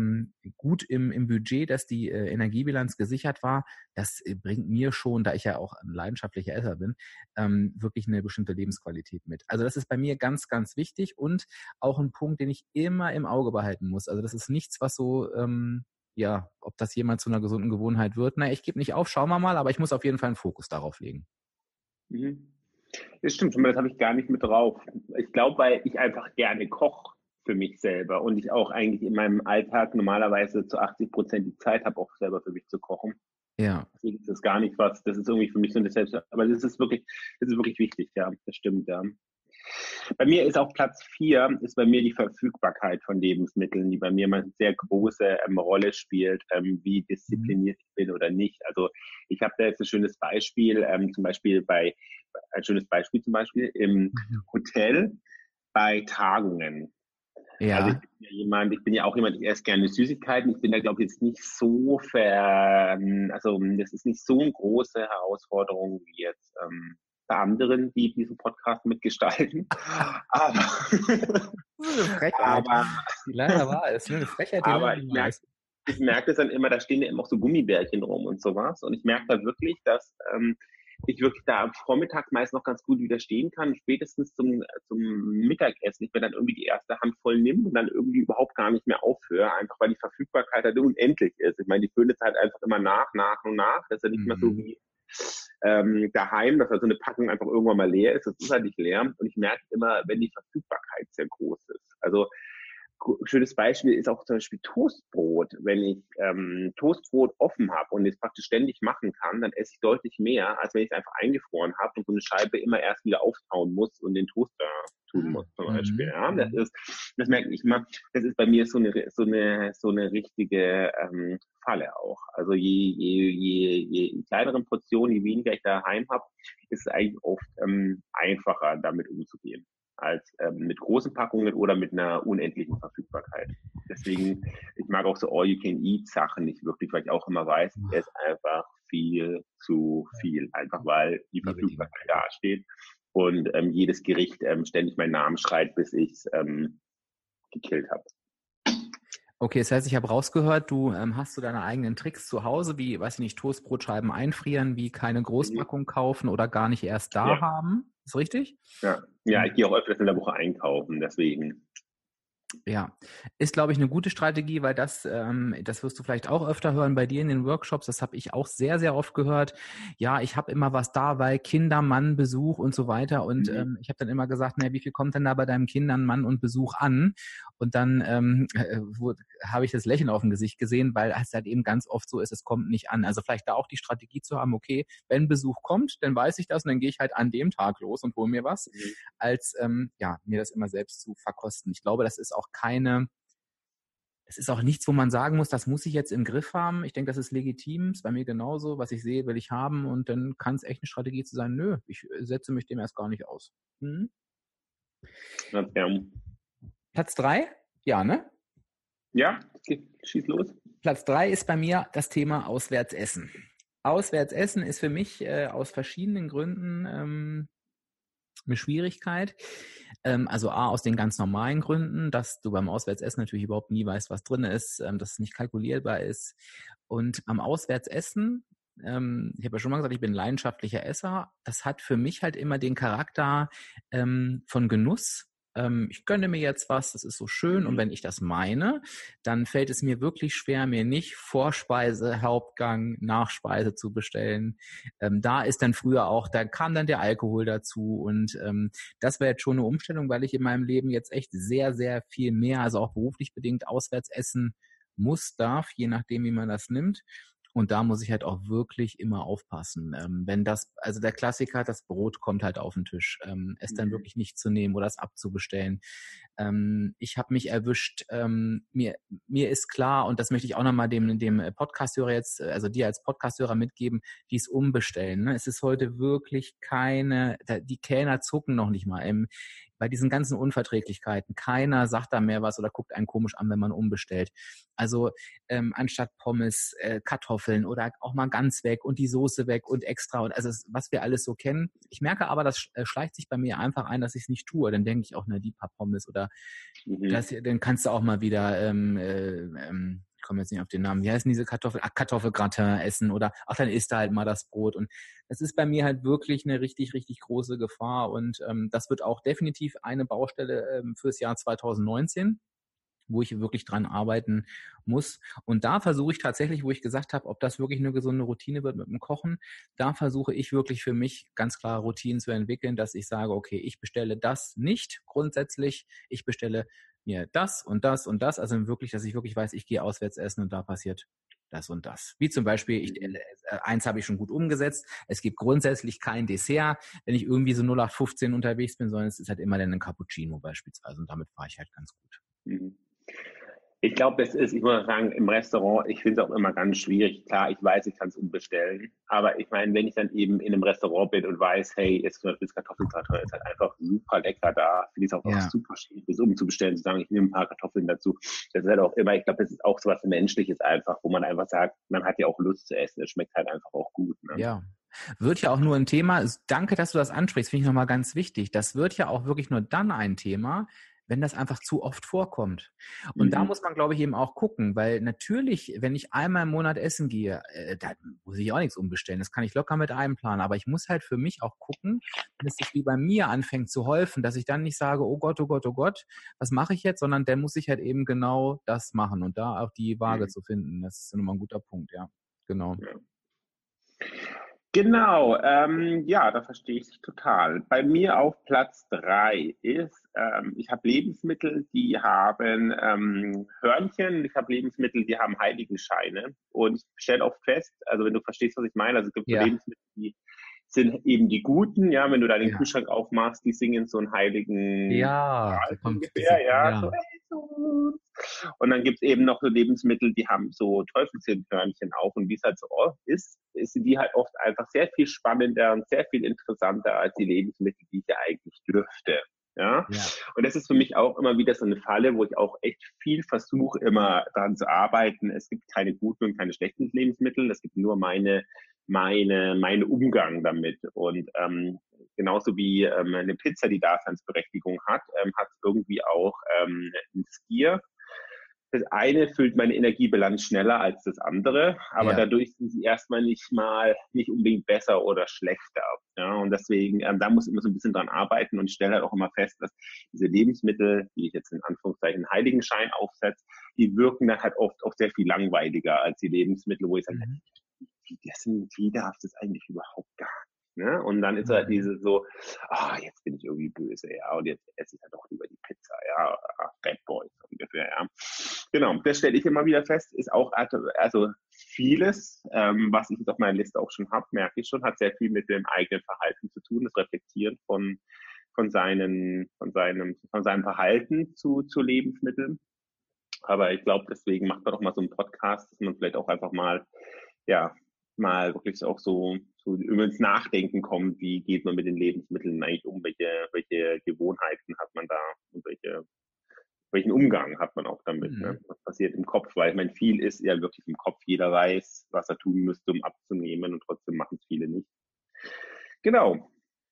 ähm, gut im, im Budget, dass die äh, Energiebilanz gesichert war. Das äh, bringt mir schon, da ich ja auch ein leidenschaftlicher Esser bin, ähm, wirklich eine bestimmte Lebensqualität mit. Also das ist bei mir ganz, ganz wichtig und auch ein Punkt, den ich immer im Auge behalten muss. Also das ist nichts, was so, ähm, ja, ob das jemals zu einer gesunden Gewohnheit wird. Na, ich gebe nicht auf, schauen wir mal, aber ich muss auf jeden Fall einen Fokus darauf legen. Mhm. Das stimmt, das habe ich gar nicht mit drauf. Ich glaube, weil ich einfach gerne koche für mich selber und ich auch eigentlich in meinem Alltag normalerweise zu achtzig Prozent die Zeit habe, auch selber für mich zu kochen. Ja. Deswegen ist das gar nicht was, das ist irgendwie für mich so eine Selbst, aber das ist wirklich, das ist wirklich wichtig, ja, das stimmt, ja. Bei mir ist auch Platz vier, ist bei mir die Verfügbarkeit von Lebensmitteln, die bei mir mal eine sehr große ähm, Rolle spielt, ähm, wie diszipliniert ich bin oder nicht. Also ich habe da jetzt ein schönes Beispiel, ähm, zum Beispiel bei, ein schönes Beispiel zum Beispiel im Hotel bei Tagungen. Ja. Also ich bin ja jemand, ich bin ja auch jemand, ich esse gerne Süßigkeiten. Ich bin da, glaube ich, jetzt nicht so fern, also das ist nicht so eine große Herausforderung wie jetzt ähm, bei anderen, die diesen Podcast mitgestalten. Aber, aber die leider war es, ne? Eine Frechheit, die aber ich merke, ich merke das dann immer, da stehen ja immer auch so Gummibärchen rum und sowas. Und ich merke da wirklich, dass ähm, ich wirklich da am Vormittag meist noch ganz gut widerstehen kann, spätestens zum, zum Mittagessen. Ich mir dann irgendwie die erste Handvoll nimm und dann irgendwie überhaupt gar nicht mehr aufhöre, einfach weil die Verfügbarkeit halt unendlich ist. Ich meine, die füllen es halt einfach immer nach, nach und nach. Das ist ja nicht mhm. mehr so wie ähm, daheim, dass halt so eine Packung einfach irgendwann mal leer ist. Das ist halt nicht leer. Und ich merke immer, wenn die Verfügbarkeit sehr groß ist. Also schönes Beispiel ist auch zum Beispiel Toastbrot. Wenn ich ähm, Toastbrot offen habe und es praktisch ständig machen kann, dann esse ich deutlich mehr, als wenn ich es einfach eingefroren habe und so eine Scheibe immer erst wieder auftauen muss und den Toaster tun muss zum Beispiel. Mhm. Ja, das ist, das merke ich immer. Das ist bei mir so eine so eine so eine richtige ähm, Falle auch. Also je je je je kleineren Portionen, je weniger ich daheim habe, ist es eigentlich oft ähm, einfacher, damit umzugehen, als ähm, mit großen Packungen oder mit einer unendlichen Verfügbarkeit. Deswegen, ich mag auch so All-You-Can-Eat-Sachen nicht wirklich, weil ich auch immer weiß, es ist einfach viel zu viel. Einfach weil die Verfügbarkeit da steht und ähm, jedes Gericht ähm, ständig meinen Namen schreit, bis ich es ähm, gekillt habe. Okay, das heißt, ich habe rausgehört, du ähm, hast du deine eigenen Tricks zu Hause, wie, weiß ich nicht, Toastbrotscheiben einfrieren, wie keine Großpackung mhm. kaufen oder gar nicht erst da ja. haben. Ist richtig? Ja, ja, ich gehe auch öfters in der Woche einkaufen, deswegen. Ja, ist, glaube ich, eine gute Strategie, weil das, ähm, das wirst du vielleicht auch öfter hören bei dir in den Workshops, das habe ich auch sehr, sehr oft gehört. Ja, ich habe immer was da, weil Kinder, Mann, Besuch und so weiter und mhm. ähm, ich habe dann immer gesagt, na, wie viel kommt denn da bei deinem Kindern, Mann und Besuch an? Und dann ähm, äh, habe ich das Lächeln auf dem Gesicht gesehen, weil es halt eben ganz oft so ist, es kommt nicht an. Also vielleicht da auch die Strategie zu haben, okay, wenn Besuch kommt, dann weiß ich das und dann gehe ich halt an dem Tag los und hole mir was, mhm. als ähm, ja mir das immer selbst zu verkosten. Ich glaube, das ist auch keine, es ist auch nichts, wo man sagen muss, das muss ich jetzt im Griff haben. Ich denke, das ist legitim, ist bei mir genauso. Was ich sehe, will ich haben und dann kann es echt eine Strategie zu sein, nö, ich setze mich dem erst gar nicht aus. Hm? Ja. Platz drei? Ja, ne? Ja, schieß los. Platz drei ist bei mir das Thema Auswärtsessen. Auswärtsessen ist für mich äh, aus verschiedenen Gründen ähm, eine Schwierigkeit. Ähm, also A, aus den ganz normalen Gründen, dass du beim Auswärtsessen natürlich überhaupt nie weißt, was drin ist, ähm, dass es nicht kalkulierbar ist. Und am Auswärtsessen, ähm, ich habe ja schon mal gesagt, ich bin leidenschaftlicher Esser, das hat für mich halt immer den Charakter ähm, von Genuss. Ähm, ich gönne mir jetzt was, das ist so schön und wenn ich das meine, dann fällt es mir wirklich schwer, mir nicht Vorspeise, Hauptgang, Nachspeise zu bestellen. Ähm, da ist dann früher auch, da kam dann der Alkohol dazu und ähm, das wäre jetzt schon eine Umstellung, weil ich in meinem Leben jetzt echt sehr, sehr viel mehr, also auch beruflich bedingt auswärts essen muss, darf, je nachdem, wie man das nimmt. Und da muss ich halt auch wirklich immer aufpassen. Ähm, wenn das, also der Klassiker, das Brot kommt halt auf den Tisch, ähm, es dann wirklich nicht zu nehmen oder es abzubestellen. Ähm, ich habe mich erwischt, ähm, mir mir ist klar, und das möchte ich auch nochmal dem, dem Podcast-Hörer jetzt, also dir als Podcast-Hörer mitgeben, dies umbestellen. Ne? Es ist heute wirklich keine, die Kellner zucken noch nicht mal. Ähm, bei diesen ganzen Unverträglichkeiten, keiner sagt da mehr was oder guckt einen komisch an, wenn man umbestellt. Also ähm, anstatt Pommes, äh, Kartoffeln oder auch mal ganz weg und die Soße weg und extra und also was wir alles so kennen. Ich merke aber, das äh, schleicht sich bei mir einfach ein, dass ich es nicht tue. Dann denke ich auch, na die paar Pommes oder Mhm. das, dann kannst du auch mal wieder, ähm, äh, ähm, ich komme jetzt nicht auf den Namen, wie heißen diese Kartoffeln? Ach, Kartoffelgratin essen oder ach, dann isst du halt mal das Brot. Und das ist bei mir halt wirklich eine richtig, richtig große Gefahr. Und ähm, das wird auch definitiv eine Baustelle ähm, fürs Jahr zwanzig neunzehn, wo ich wirklich dran arbeiten muss. Und da versuche ich tatsächlich, wo ich gesagt habe, ob das wirklich eine gesunde Routine wird mit dem Kochen, da versuche ich wirklich für mich ganz klare Routinen zu entwickeln, dass ich sage, okay, ich bestelle das nicht grundsätzlich, ich bestelle mir das und das und das, also wirklich, dass ich wirklich weiß, ich gehe auswärts essen und da passiert das und das. Wie zum Beispiel, ich, äh, eins habe ich schon gut umgesetzt, es gibt grundsätzlich kein Dessert, wenn ich irgendwie so null acht fünfzehn unterwegs bin, sondern es ist halt immer dann ein Cappuccino beispielsweise und damit fahre ich halt ganz gut. Mhm. Ich glaube, das ist, ich muss sagen, im Restaurant, ich finde es auch immer ganz schwierig. Klar, ich weiß, ich kann es umbestellen. Aber ich meine, wenn ich dann eben in einem Restaurant bin und weiß, hey, jetzt zum Beispiel das Kartoffelgratin ist halt einfach super lecker da, finde ich es auch, Ja. auch super schwierig, das umzubestellen, zu sagen, ich nehme ein paar Kartoffeln dazu. Das ist halt auch immer, ich glaube, das ist auch so was Menschliches einfach, wo man einfach sagt, man hat ja auch Lust zu essen. Es schmeckt halt einfach auch gut. Ne? Ja. Wird ja auch nur ein Thema, danke, dass du das ansprichst, finde ich nochmal ganz wichtig. Das wird ja auch wirklich nur dann ein Thema, wenn das einfach zu oft vorkommt. Und mhm. da muss man, glaube ich, eben auch gucken, weil natürlich, wenn ich einmal im Monat essen gehe, äh, da muss ich auch nichts umbestellen. Das kann ich locker mit einplanen. Aber ich muss halt für mich auch gucken, wenn es sich wie bei mir anfängt zu häufen, dass ich dann nicht sage, oh Gott, oh Gott, oh Gott, was mache ich jetzt? Sondern dann muss ich halt eben genau das machen und da auch die Waage mhm. zu finden. Das ist nochmal ein guter Punkt, ja. Genau. Ja. Genau, ähm, ja, da verstehe ich dich total. Bei mir auf Platz drei ist, ähm, ich habe Lebensmittel, die haben ähm, Hörnchen, ich habe Lebensmittel, die haben Heiligenscheine. Und ich stelle oft fest, also wenn du verstehst, was ich meine, also es gibt ja. so Lebensmittel, die sind eben die Guten, ja, wenn du da den ja. Kühlschrank aufmachst, die singen so einen heiligen ja, so ungefähr, diese, ja, ja. so, hey, so. Und dann gibt's eben noch so Lebensmittel, die haben so Teufelshörnchen auf und wie es halt so ist, ist die halt oft einfach sehr viel spannender und sehr viel interessanter als die Lebensmittel, die ich ja eigentlich dürfte. Ja? ja, und das ist für mich auch immer wieder so eine Falle, wo ich auch echt viel versuche, immer daran zu arbeiten. Es gibt keine guten und keine schlechten Lebensmittel. Es gibt nur meine, meine, meine Umgang damit. Und ähm, genauso wie ähm, eine Pizza die Daseinsberechtigung hat, ähm, hat es irgendwie auch ähm, ein Skier. Das eine füllt meine Energiebilanz schneller als das andere, aber ja. dadurch sind sie erstmal nicht mal, nicht unbedingt besser oder schlechter. Ja, und deswegen, ähm, da muss ich immer so ein bisschen dran arbeiten und stelle halt auch immer fest, dass diese Lebensmittel, die ich jetzt in Anführungszeichen Heiligenschein aufsetze, die wirken dann halt oft auch sehr viel langweiliger als die Lebensmittel, wo ich sage, mhm. wie, dessen, wie darf das eigentlich überhaupt gar nicht? Ne? Und dann ist mhm. halt diese so, ah, jetzt bin ich irgendwie böse, ja, und jetzt esse ich halt doch lieber die Pizza, ja, Bad Boys ungefähr, ja. Genau, das stelle ich immer wieder fest, ist auch, also vieles, ähm, was ich jetzt auf meiner Liste auch schon habe, merke ich schon, hat sehr viel mit dem eigenen Verhalten zu tun, das Reflektieren von, von seinen, von seinem, von seinem Verhalten zu, zu Lebensmitteln. Aber ich glaube, deswegen macht man doch mal so einen Podcast, dass man vielleicht auch einfach mal, ja, mal wirklich auch so, so über ins Nachdenken kommt, wie geht man mit den Lebensmitteln eigentlich um, welche, welche Gewohnheiten hat man da und welche, welchen Umgang hat man auch damit, mhm. ne? Was passiert im Kopf, weil ich meine, viel ist ja wirklich im Kopf, jeder weiß, was er tun müsste, um abzunehmen und trotzdem machen es viele nicht. Genau.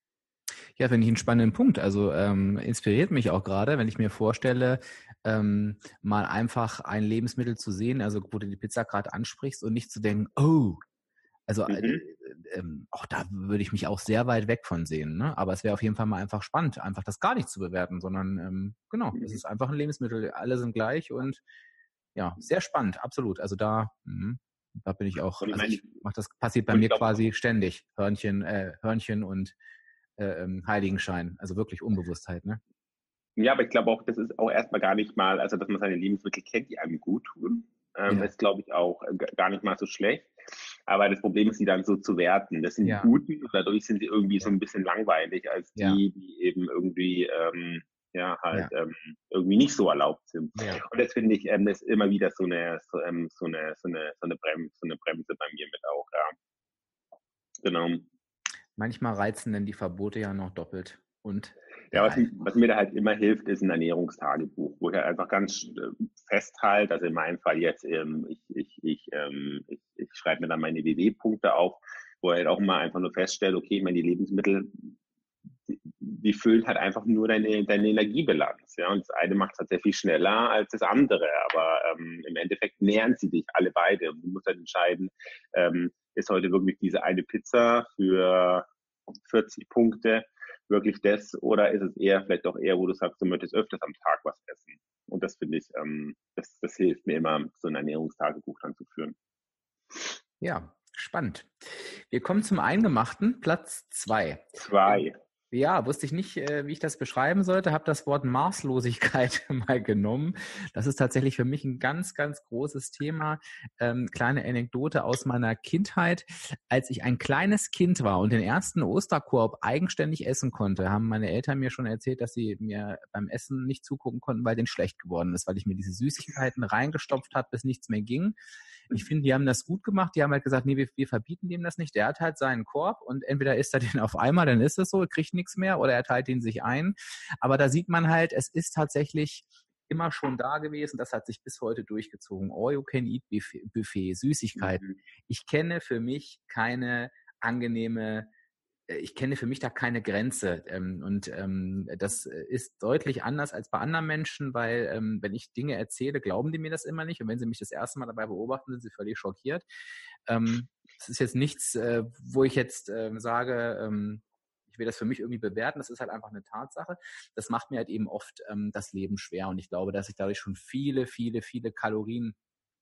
Ja, finde ich einen spannenden Punkt. Also ähm, inspiriert mich auch gerade, wenn ich mir vorstelle, ähm, mal einfach ein Lebensmittel zu sehen, also wo du die Pizza gerade ansprichst und nicht zu denken, oh, also mhm. äh, äh, auch da würde ich mich auch sehr weit weg von sehen. Ne? Aber es wäre auf jeden Fall mal einfach spannend, einfach das gar nicht zu bewerten, sondern ähm, genau, mhm. es ist einfach ein Lebensmittel, alle sind gleich und ja, sehr spannend, absolut. Also da, mh, da bin ich auch, also ich mach das passiert bei mir glaub, quasi ständig, Hörnchen, äh, Hörnchen und äh, Heiligenschein, also wirklich Unbewusstheit, ne? Ja, aber ich glaube auch, das ist auch erstmal gar nicht mal, also dass man seine Lebensmittel kennt, die einem gut tun, ähm, ja. ist, glaube ich, auch gar nicht mal so schlecht. Aber das Problem ist, sie dann so zu werten. Das sind ja. die Guten und dadurch sind sie irgendwie ja. so ein bisschen langweilig als die, ja. die eben irgendwie ähm, ja halt ja. Ähm, irgendwie nicht so erlaubt sind. Ja. Und das finde ich, ähm, das ist immer wieder so eine so, ähm, so eine so eine so eine Bremse, so eine Bremse bei mir mit auch. Ja. Genau. Manchmal reizen denn die Verbote ja noch doppelt. Und ja, was, was mir da halt immer hilft, ist ein Ernährungstagebuch, wo ich halt einfach ganz äh, festhalte, also in meinem Fall jetzt, ähm, ich, ich, ich, ähm, ich, ich schreibe mir dann meine W W-Punkte auf, wo ich halt auch immer einfach nur feststelle, okay, ich meine, die Lebensmittel, die, die füllen halt einfach nur deine, deine Energiebilanz. Ja? Und das eine macht es halt sehr viel schneller als das andere. Aber ähm, im Endeffekt nähern sie dich alle beide. Und du musst halt entscheiden, ähm, ist heute wirklich diese eine Pizza für vierzig Punkte wirklich das, oder ist es eher vielleicht auch eher, wo du sagst, du möchtest öfters am Tag was essen. Und das finde ich, ähm, das, das hilft mir immer, so ein Ernährungstagebuch dann zu führen. Ja, spannend. Wir kommen zum Eingemachten, Platz zwei. Zwei. Ja, wusste ich nicht, wie ich das beschreiben sollte, habe das Wort Maßlosigkeit mal genommen. Das ist tatsächlich für mich ein ganz, ganz großes Thema. Ähm, kleine Anekdote aus meiner Kindheit. Als ich ein kleines Kind war und den ersten Osterkorb eigenständig essen konnte, haben meine Eltern mir schon erzählt, dass sie mir beim Essen nicht zugucken konnten, weil denen schlecht geworden ist, weil ich mir diese Süßigkeiten reingestopft habe, bis nichts mehr ging. Ich finde, die haben das gut gemacht. Die haben halt gesagt, nee, wir, wir verbieten dem das nicht. Der hat halt seinen Korb und entweder isst er den auf einmal, dann ist es so, kriegt nichts mehr, oder er teilt ihn sich ein. Aber da sieht man halt, es ist tatsächlich immer schon da gewesen. Das hat sich bis heute durchgezogen. All-you-can-eat-Buffet, Süßigkeiten. Mhm. Ich kenne für mich keine angenehme Ich kenne für mich da keine Grenze, ähm, und ähm, das ist deutlich anders als bei anderen Menschen, weil ähm, wenn ich Dinge erzähle, glauben die mir das immer nicht, und wenn sie mich das erste Mal dabei beobachten, sind sie völlig schockiert. Ähm, das ist jetzt nichts, äh, wo ich jetzt äh, sage, ähm, ich will das für mich irgendwie bewerten, das ist halt einfach eine Tatsache. Das macht mir halt eben oft ähm, das Leben schwer, und ich glaube, dass ich dadurch schon viele, viele, viele Kalorien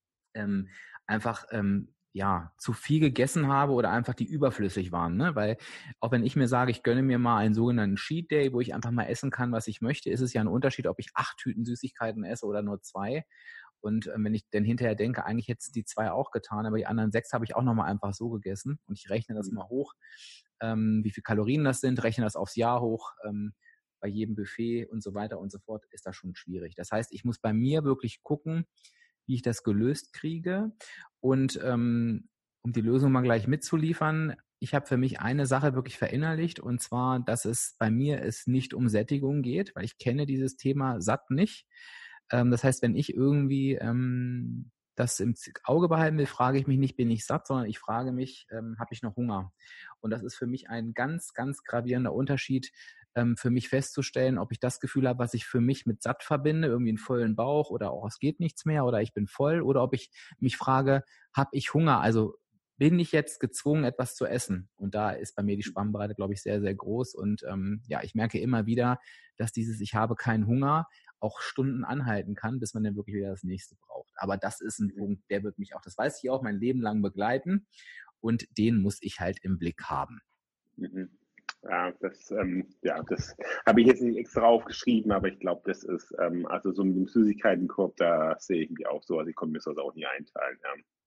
ähm, einfach ähm, ja, zu viel gegessen habe oder einfach die überflüssig waren, ne? Weil auch wenn ich mir sage, ich gönne mir mal einen sogenannten Cheat Day, wo ich einfach mal essen kann, was ich möchte, ist es ja ein Unterschied, ob ich acht Tüten Süßigkeiten esse oder nur zwei. Und ähm, wenn ich dann hinterher denke, eigentlich hätte es die zwei auch getan, aber die anderen sechs habe ich auch nochmal einfach so gegessen, und ich rechne das mal hoch, ähm, wie viel Kalorien das sind, rechne das aufs Jahr hoch, ähm, bei jedem Buffet und so weiter und so fort, ist das schon schwierig. Das heißt, ich muss bei mir wirklich gucken, wie ich das gelöst kriege. Und ähm, um die Lösung mal gleich mitzuliefern, ich habe für mich eine Sache wirklich verinnerlicht, und zwar, dass es bei mir es nicht um Sättigung geht, weil ich kenne dieses Thema satt nicht. Ähm, das heißt, wenn ich irgendwie ähm, das im Auge behalten will, frage ich mich nicht, bin ich satt, sondern ich frage mich, ähm, habe ich noch Hunger? Und das ist für mich ein ganz, ganz gravierender Unterschied, ähm, für mich festzustellen, ob ich das Gefühl habe, was ich für mich mit satt verbinde, irgendwie einen vollen Bauch oder auch es geht nichts mehr oder ich bin voll, oder ob ich mich frage, habe ich Hunger? Also bin ich jetzt gezwungen, etwas zu essen? Und da ist bei mir die Spannbreite, glaube ich, sehr, sehr groß. Und ähm, ja, ich merke immer wieder, dass dieses Ich habe keinen Hunger auch Stunden anhalten kann, bis man dann wirklich wieder das nächste braucht. Aber das ist ein Punkt, der wird mich auch, das weiß ich auch, mein Leben lang begleiten, und den muss ich halt im Blick haben. Mhm. Ja, das, ähm, ja, das habe ich jetzt nicht extra aufgeschrieben, aber ich glaube, das ist, ähm, also so mit dem Süßigkeitenkorb, da sehe ich mich auch so, also ich konnte mir das auch nie einteilen.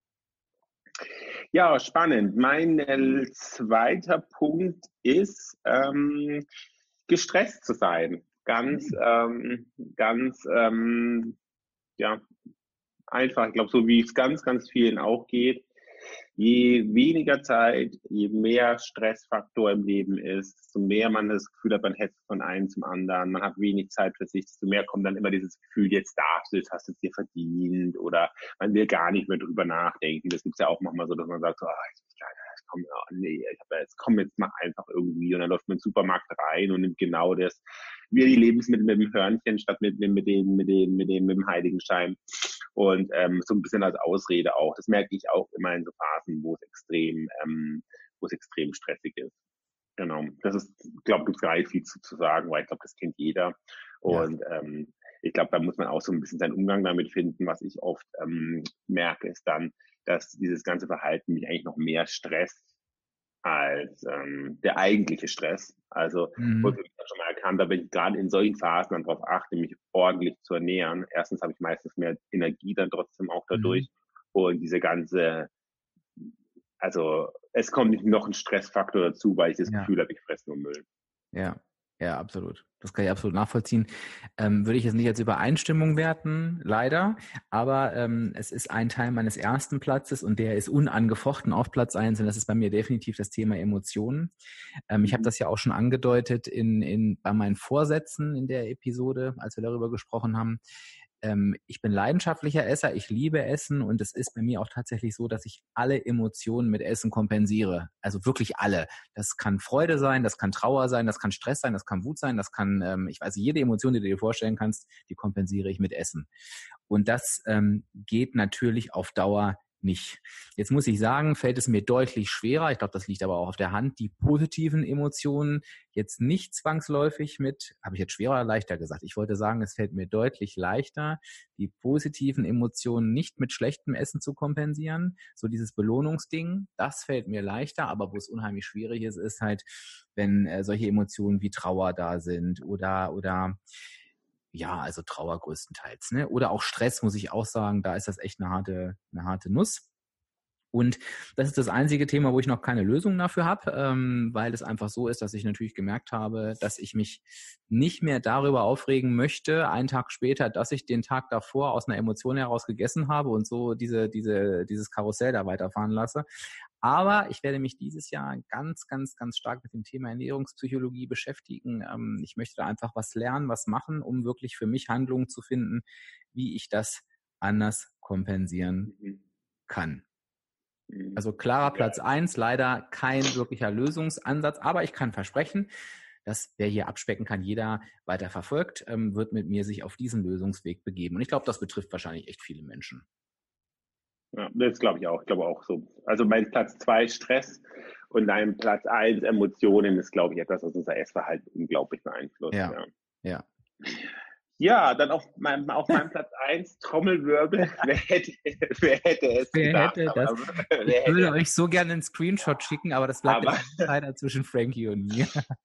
Ja, ja, spannend. Mein äh, zweiter Punkt ist, ähm, gestresst zu sein. Ganz, ähm, ganz, ähm, ja, einfach. Ich glaube, so wie es ganz, ganz vielen auch geht. Je weniger Zeit, je mehr Stressfaktor im Leben ist, desto mehr man das Gefühl hat, man hetzt von einem zum anderen, man hat wenig Zeit für sich, desto mehr kommt dann immer dieses Gefühl, jetzt darfst du, jetzt hast du es dir verdient, oder man will gar nicht mehr drüber nachdenken. Das gibt es ja auch manchmal so, dass man sagt, so, oh, jetzt, komm, oh, nee, ich hab ja jetzt, komm, jetzt mach einfach irgendwie, und dann läuft man in den Supermarkt rein und nimmt genau das, wie die Lebensmittel mit dem Hörnchen statt mit, mit, mit, den, mit, den, mit, dem, mit dem Heiligenschein. Und ähm, so ein bisschen als Ausrede auch. Das merke ich auch immer in so Phasen, wo es extrem, ähm, wo es extrem stressig ist. Genau. Das ist, ich glaube, gibt es gar nicht viel zu, zu sagen, weil ich glaube, das kennt jeder. Und ja. ähm, ich glaube, da muss man auch so ein bisschen seinen Umgang damit finden. Was ich oft ähm, merke, ist dann, dass dieses ganze Verhalten mich eigentlich noch mehr stresst als ähm, der eigentliche Stress. Also, mhm. wo ich schon mal erkannt habe, wenn ich gerade in solchen Phasen dann darauf achte, mich ordentlich zu ernähren, erstens habe ich meistens mehr Energie dann trotzdem auch dadurch, mhm. und diese ganze, also es kommt nicht noch ein Stressfaktor dazu, weil ich das ja. Gefühl habe, ich fresse nur Müll. Ja, ja, absolut. Das kann ich absolut nachvollziehen. Ähm, würde ich jetzt nicht als Übereinstimmung werten, leider, aber ähm, es ist ein Teil meines ersten Platzes, und der ist unangefochten auf Platz eins, und das ist bei mir definitiv das Thema Emotionen. Ähm, mhm. Ich habe das ja auch schon angedeutet in, in, bei meinen Vorsätzen in der Episode, als wir darüber gesprochen haben. ähm, ich bin leidenschaftlicher Esser, ich liebe Essen und es ist bei mir auch tatsächlich so, dass ich alle Emotionen mit Essen kompensiere. Also wirklich alle. Das kann Freude sein, das kann Trauer sein, das kann Stress sein, das kann Wut sein, das kann, ähm, ich weiß, jede Emotion, die du dir vorstellen kannst, die kompensiere ich mit Essen. Und das ähm, geht natürlich auf Dauer nicht. Jetzt muss ich sagen, fällt es mir deutlich schwerer, ich glaube, das liegt aber auch auf der Hand, die positiven Emotionen jetzt nicht zwangsläufig mit, habe ich jetzt schwerer oder leichter gesagt? Ich wollte sagen, es fällt mir deutlich leichter, die positiven Emotionen nicht mit schlechtem Essen zu kompensieren. So dieses Belohnungsding, das fällt mir leichter, aber wo es unheimlich schwierig ist, ist halt, wenn äh, solche Emotionen wie Trauer da sind oder, oder ja, also Trauer größtenteils, ne? Oder auch Stress, muss ich auch sagen, da ist das echt eine harte, eine harte Nuss. Und das ist das einzige Thema, wo ich noch keine Lösung dafür habe, ähm, weil es einfach so ist, dass ich natürlich gemerkt habe, dass ich mich nicht mehr darüber aufregen möchte, einen Tag später, dass ich den Tag davor aus einer Emotion heraus gegessen habe und so diese, diese, dieses Karussell da weiterfahren lasse. Aber ich werde mich dieses Jahr ganz, ganz, ganz stark mit dem Thema Ernährungspsychologie beschäftigen. Ähm, ich möchte da einfach was lernen, was machen, um wirklich für mich Handlungen zu finden, wie ich das anders kompensieren kann. Also klarer Platz eins, leider kein wirklicher Lösungsansatz, aber ich kann versprechen, dass wer hier abspecken kann, jeder weiter verfolgt, ähm, wird mit mir sich auf diesen Lösungsweg begeben. Und ich glaube, das betrifft wahrscheinlich echt viele Menschen. Ja, das glaube ich auch. Ich glaube auch so. Also mein Platz zwei Stress und dein Platz eins Emotionen ist, glaube ich, etwas, was unser Essverhalten unglaublich beeinflusst. Ja, ja. ja. Ja, dann auf meinem, auf meinem Platz eins Trommelwirbel. Wer hätte, wer hätte es wer gedacht? Hätte das? Aber, wer ich hätte würde euch so gerne einen Screenshot schicken, aber das bleibt aber, jetzt leider zwischen Frankie und mir.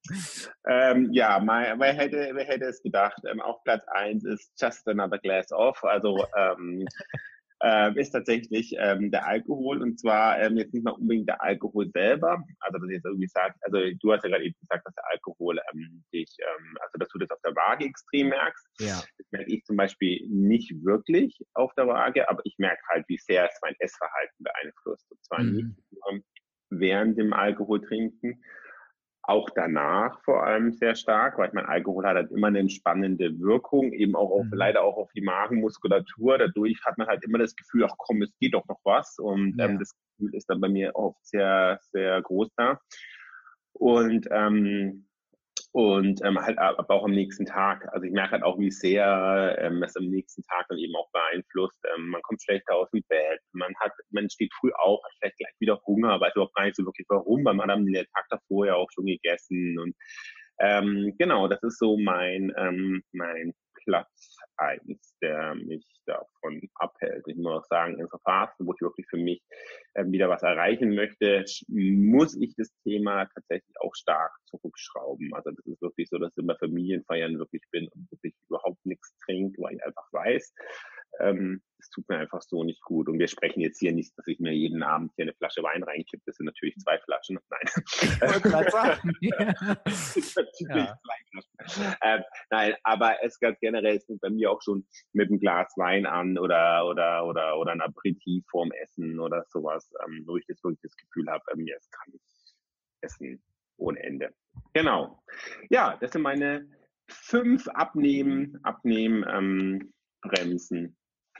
ähm, ja, mein, wer, hätte, wer hätte es gedacht? Ähm, auf Platz eins ist Just Another Glass Off. Also ähm, äh, ist tatsächlich ähm, der Alkohol und zwar ähm, jetzt nicht mal unbedingt der Alkohol selber, also dass ich jetzt irgendwie sage, also du hast ja gerade eben gesagt, dass der Alkohol ähm, dich, ähm, also dass du das auf der Waage extrem merkst. Ja. Das merke ich zum Beispiel nicht wirklich auf der Waage, aber ich merke halt, wie sehr es mein Essverhalten beeinflusst. Und zwar mhm. nicht nur während dem Alkohol trinken, auch danach vor allem sehr stark, weil ich meine, Alkohol hat halt immer eine entspannende Wirkung, eben auch auf, mhm. leider auch auf die Magenmuskulatur. Dadurch hat man halt immer das Gefühl, ach komm, es geht doch noch was. Und ja. ähm, das Gefühl ist dann bei mir oft sehr, sehr groß da. Und ähm, und ähm, halt aber auch am nächsten Tag. Also ich merke halt auch, wie sehr ähm, es am nächsten Tag dann eben auch beeinflusst. Ähm, man kommt schlechter aus dem Bett, man hat, man steht früh auf, hat vielleicht gleich wieder Hunger, weiß überhaupt gar nicht so wirklich warum, weil man hat am Tag davor ja auch schon gegessen. Und ähm, genau, das ist so mein mein mein Platz eins, der mich davon abhält. Ich muss auch sagen, in so Phasen, wo ich wirklich für mich äh, wieder was erreichen möchte, muss ich das Thema tatsächlich auch stark zurückschrauben. Also das ist wirklich so, dass ich bei Familienfeiern wirklich bin und wirklich überhaupt nichts trinke, weil ich einfach weiß, ähm, es tut mir einfach so nicht gut. Und wir sprechen jetzt hier nicht, dass ich mir jeden Abend hier eine Flasche Wein reinkippe. Das sind natürlich zwei Flaschen. Nein. Ich wollte gerade sagen. Das sind natürlich ja. zwei Flaschen. Ähm, nein, aber es ganz generell, es fängt bei mir auch schon mit einem Glas Wein an oder oder oder oder ein Aperitif vorm Essen oder sowas, ähm, wo ich das wirklich das Gefühl habe, ähm, jetzt kann ich essen ohne Ende. Genau. Ja, das sind meine fünf Abnehmen, Abnehmen, ähm, Bremsen,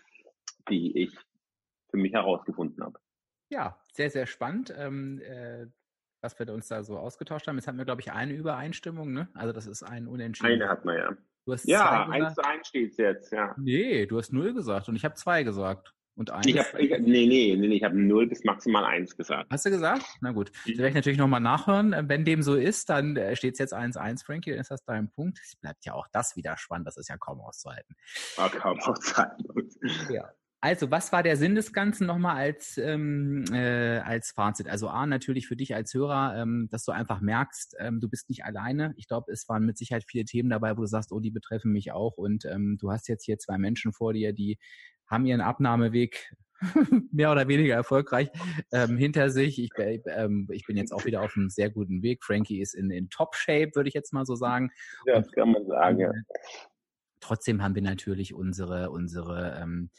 die ich für mich herausgefunden habe. Ja, sehr, sehr spannend, ähm, äh, was wir uns da so ausgetauscht haben. Jetzt hatten wir, glaube ich, eine Übereinstimmung, ne? Also das ist ein Unentschieden. Eine hat man ja. Du hast ja, eins zu eins steht es jetzt, ja. Nee, du hast null gesagt und ich habe zwei gesagt. Und eins? Ich hab, ich, nee, nee, nee, ich habe null bis maximal eins gesagt. Hast du gesagt? Na gut. Mhm. Das werde ich natürlich nochmal nachhören. Wenn dem so ist, dann steht es jetzt eins eins, Frankie, dann ist das dein Punkt. Es bleibt ja auch das wieder spannend, das ist ja kaum auszuhalten. Ja, kaum auszuhalten. Ja. Also, was war der Sinn des Ganzen nochmal als, ähm, äh, als Fazit? Also A, natürlich für dich als Hörer, ähm, dass du einfach merkst, ähm, du bist nicht alleine. Ich glaube, es waren mit Sicherheit viele Themen dabei, wo du sagst, oh, die betreffen mich auch. Und ähm, du hast jetzt hier zwei Menschen vor dir, die haben ihren Abnahmeweg mehr oder weniger erfolgreich ähm, hinter sich. Ich, ähm, ich bin jetzt auch wieder auf einem sehr guten Weg. Frankie ist in, in Top-Shape, würde ich jetzt mal so sagen. Ja, das kann man sagen, ja. Trotzdem haben wir natürlich unsere, unsere ähm,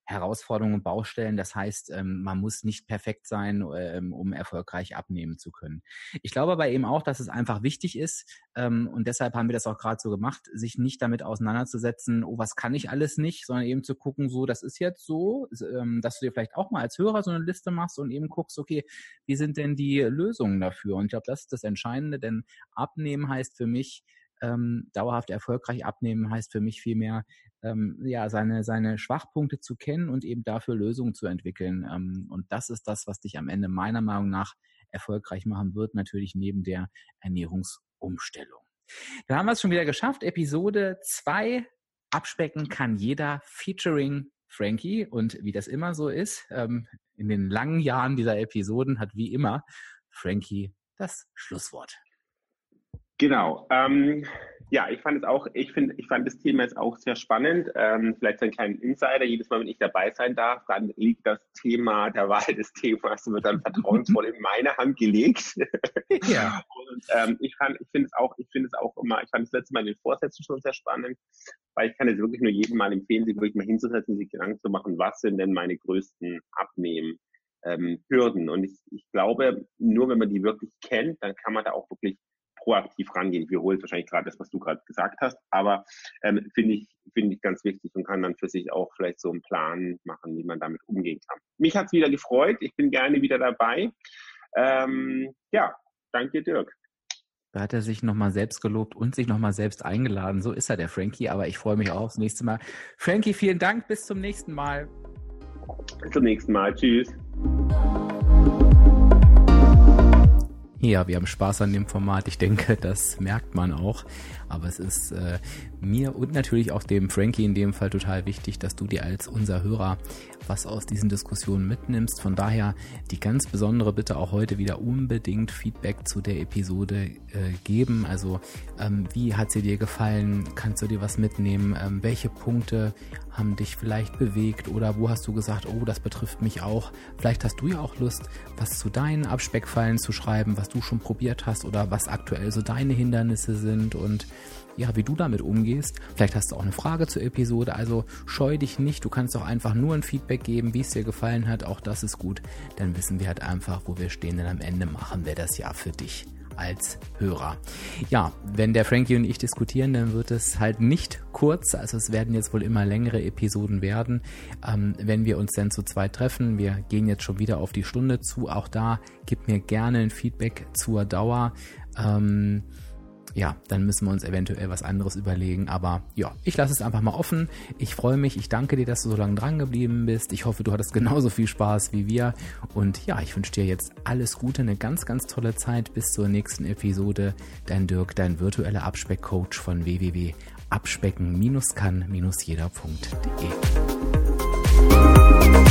Herausforderungen und Baustellen. Das heißt, ähm, man muss nicht perfekt sein, ähm, um erfolgreich abnehmen zu können. Ich glaube aber eben auch, dass es einfach wichtig ist, ähm, und deshalb haben wir das auch gerade so gemacht, sich nicht damit auseinanderzusetzen, oh, was kann ich alles nicht, sondern eben zu gucken, so, das ist jetzt so, ähm, dass du dir vielleicht auch mal als Hörer so eine Liste machst und eben guckst, okay, wie sind denn die Lösungen dafür? Und ich glaube, das ist das Entscheidende, denn abnehmen heißt für mich, ähm, dauerhaft erfolgreich abnehmen heißt für mich vielmehr, ähm, ja, seine, seine Schwachpunkte zu kennen und eben dafür Lösungen zu entwickeln. Ähm, und das ist das, was dich am Ende meiner Meinung nach erfolgreich machen wird, natürlich neben der Ernährungsumstellung. Dann haben wir es schon wieder geschafft. Episode zwei, Abspecken kann jeder, featuring Frankie. Und wie das immer so ist, ähm, in den langen Jahren dieser Episoden hat wie immer Frankie das Schlusswort. Genau. Ähm, ja, ich fand es auch, ich finde, ich fand das Thema jetzt auch sehr spannend. Ähm, vielleicht so einen kleinen Insider. Jedes Mal, wenn ich dabei sein darf, dann liegt das Thema, der Wahl des Themas, wird dann vertrauensvoll in meine Hand gelegt. Ja. Und ähm, ich fand, ich finde es auch, ich finde es auch immer, ich fand das letzte Mal in den Vorsätzen schon sehr spannend, weil ich kann es wirklich nur jedem Mal empfehlen, sich wirklich mal hinzusetzen, sich Gedanken zu machen, was sind denn meine größten Abnehmen ähm, Hürden. Und ich, ich glaube, nur wenn man die wirklich kennt, dann kann man da auch wirklich proaktiv rangehen. Ich wiederhole wahrscheinlich gerade das, was du gerade gesagt hast, aber ähm, finde ich, finde ich ganz wichtig und kann dann für sich auch vielleicht so einen Plan machen, wie man damit umgehen kann. Mich hat's wieder gefreut. Ich bin gerne wieder dabei. Ähm, ja, danke Dirk. Da hat er sich nochmal selbst gelobt und sich nochmal selbst eingeladen. So ist er, der Frankie, aber ich freue mich auch aufs nächste Mal. Frankie, vielen Dank. Bis zum nächsten Mal. Bis zum nächsten Mal. Tschüss. Ja, wir haben Spaß an dem Format. Ich denke, das merkt man auch. Aber es ist äh, mir und natürlich auch dem Frankie in dem Fall total wichtig, dass du dir als unser Hörer was aus diesen Diskussionen mitnimmst. Von daher die ganz besondere Bitte auch heute wieder unbedingt Feedback zu der Episode äh, geben. Also ähm, wie hat sie dir gefallen? Kannst du dir was mitnehmen? Ähm, welche Punkte haben dich vielleicht bewegt oder wo hast du gesagt, oh, das betrifft mich auch. Vielleicht hast du ja auch Lust, was zu deinen Abspeckfallen zu schreiben, was du schon probiert hast oder was aktuell so deine Hindernisse sind und ja, wie du damit umgehst. Vielleicht hast du auch eine Frage zur Episode, also scheu dich nicht, du kannst auch einfach nur ein Feedback geben, wie es dir gefallen hat, auch das ist gut. Dann wissen wir halt einfach, wo wir stehen, denn am Ende machen wir das ja für dich als Hörer. Ja, wenn der Frankie und ich diskutieren, dann wird es halt nicht kurz, also es werden jetzt wohl immer längere Episoden werden, ähm, wenn wir uns dann zu zweit treffen. Wir gehen jetzt schon wieder auf die Stunde zu, auch da gib mir gerne ein Feedback zur Dauer. Ähm, ja, dann müssen wir uns eventuell was anderes überlegen, aber ja, ich lasse es einfach mal offen. Ich freue mich, ich danke dir, dass du so lange dran geblieben bist. Ich hoffe, du hattest genauso viel Spaß wie wir und ja, ich wünsche dir jetzt alles Gute, eine ganz, ganz tolle Zeit bis zur nächsten Episode. Dein Dirk, dein virtueller Abspeckcoach von w w w punkt abspecken kann jeder punkt de.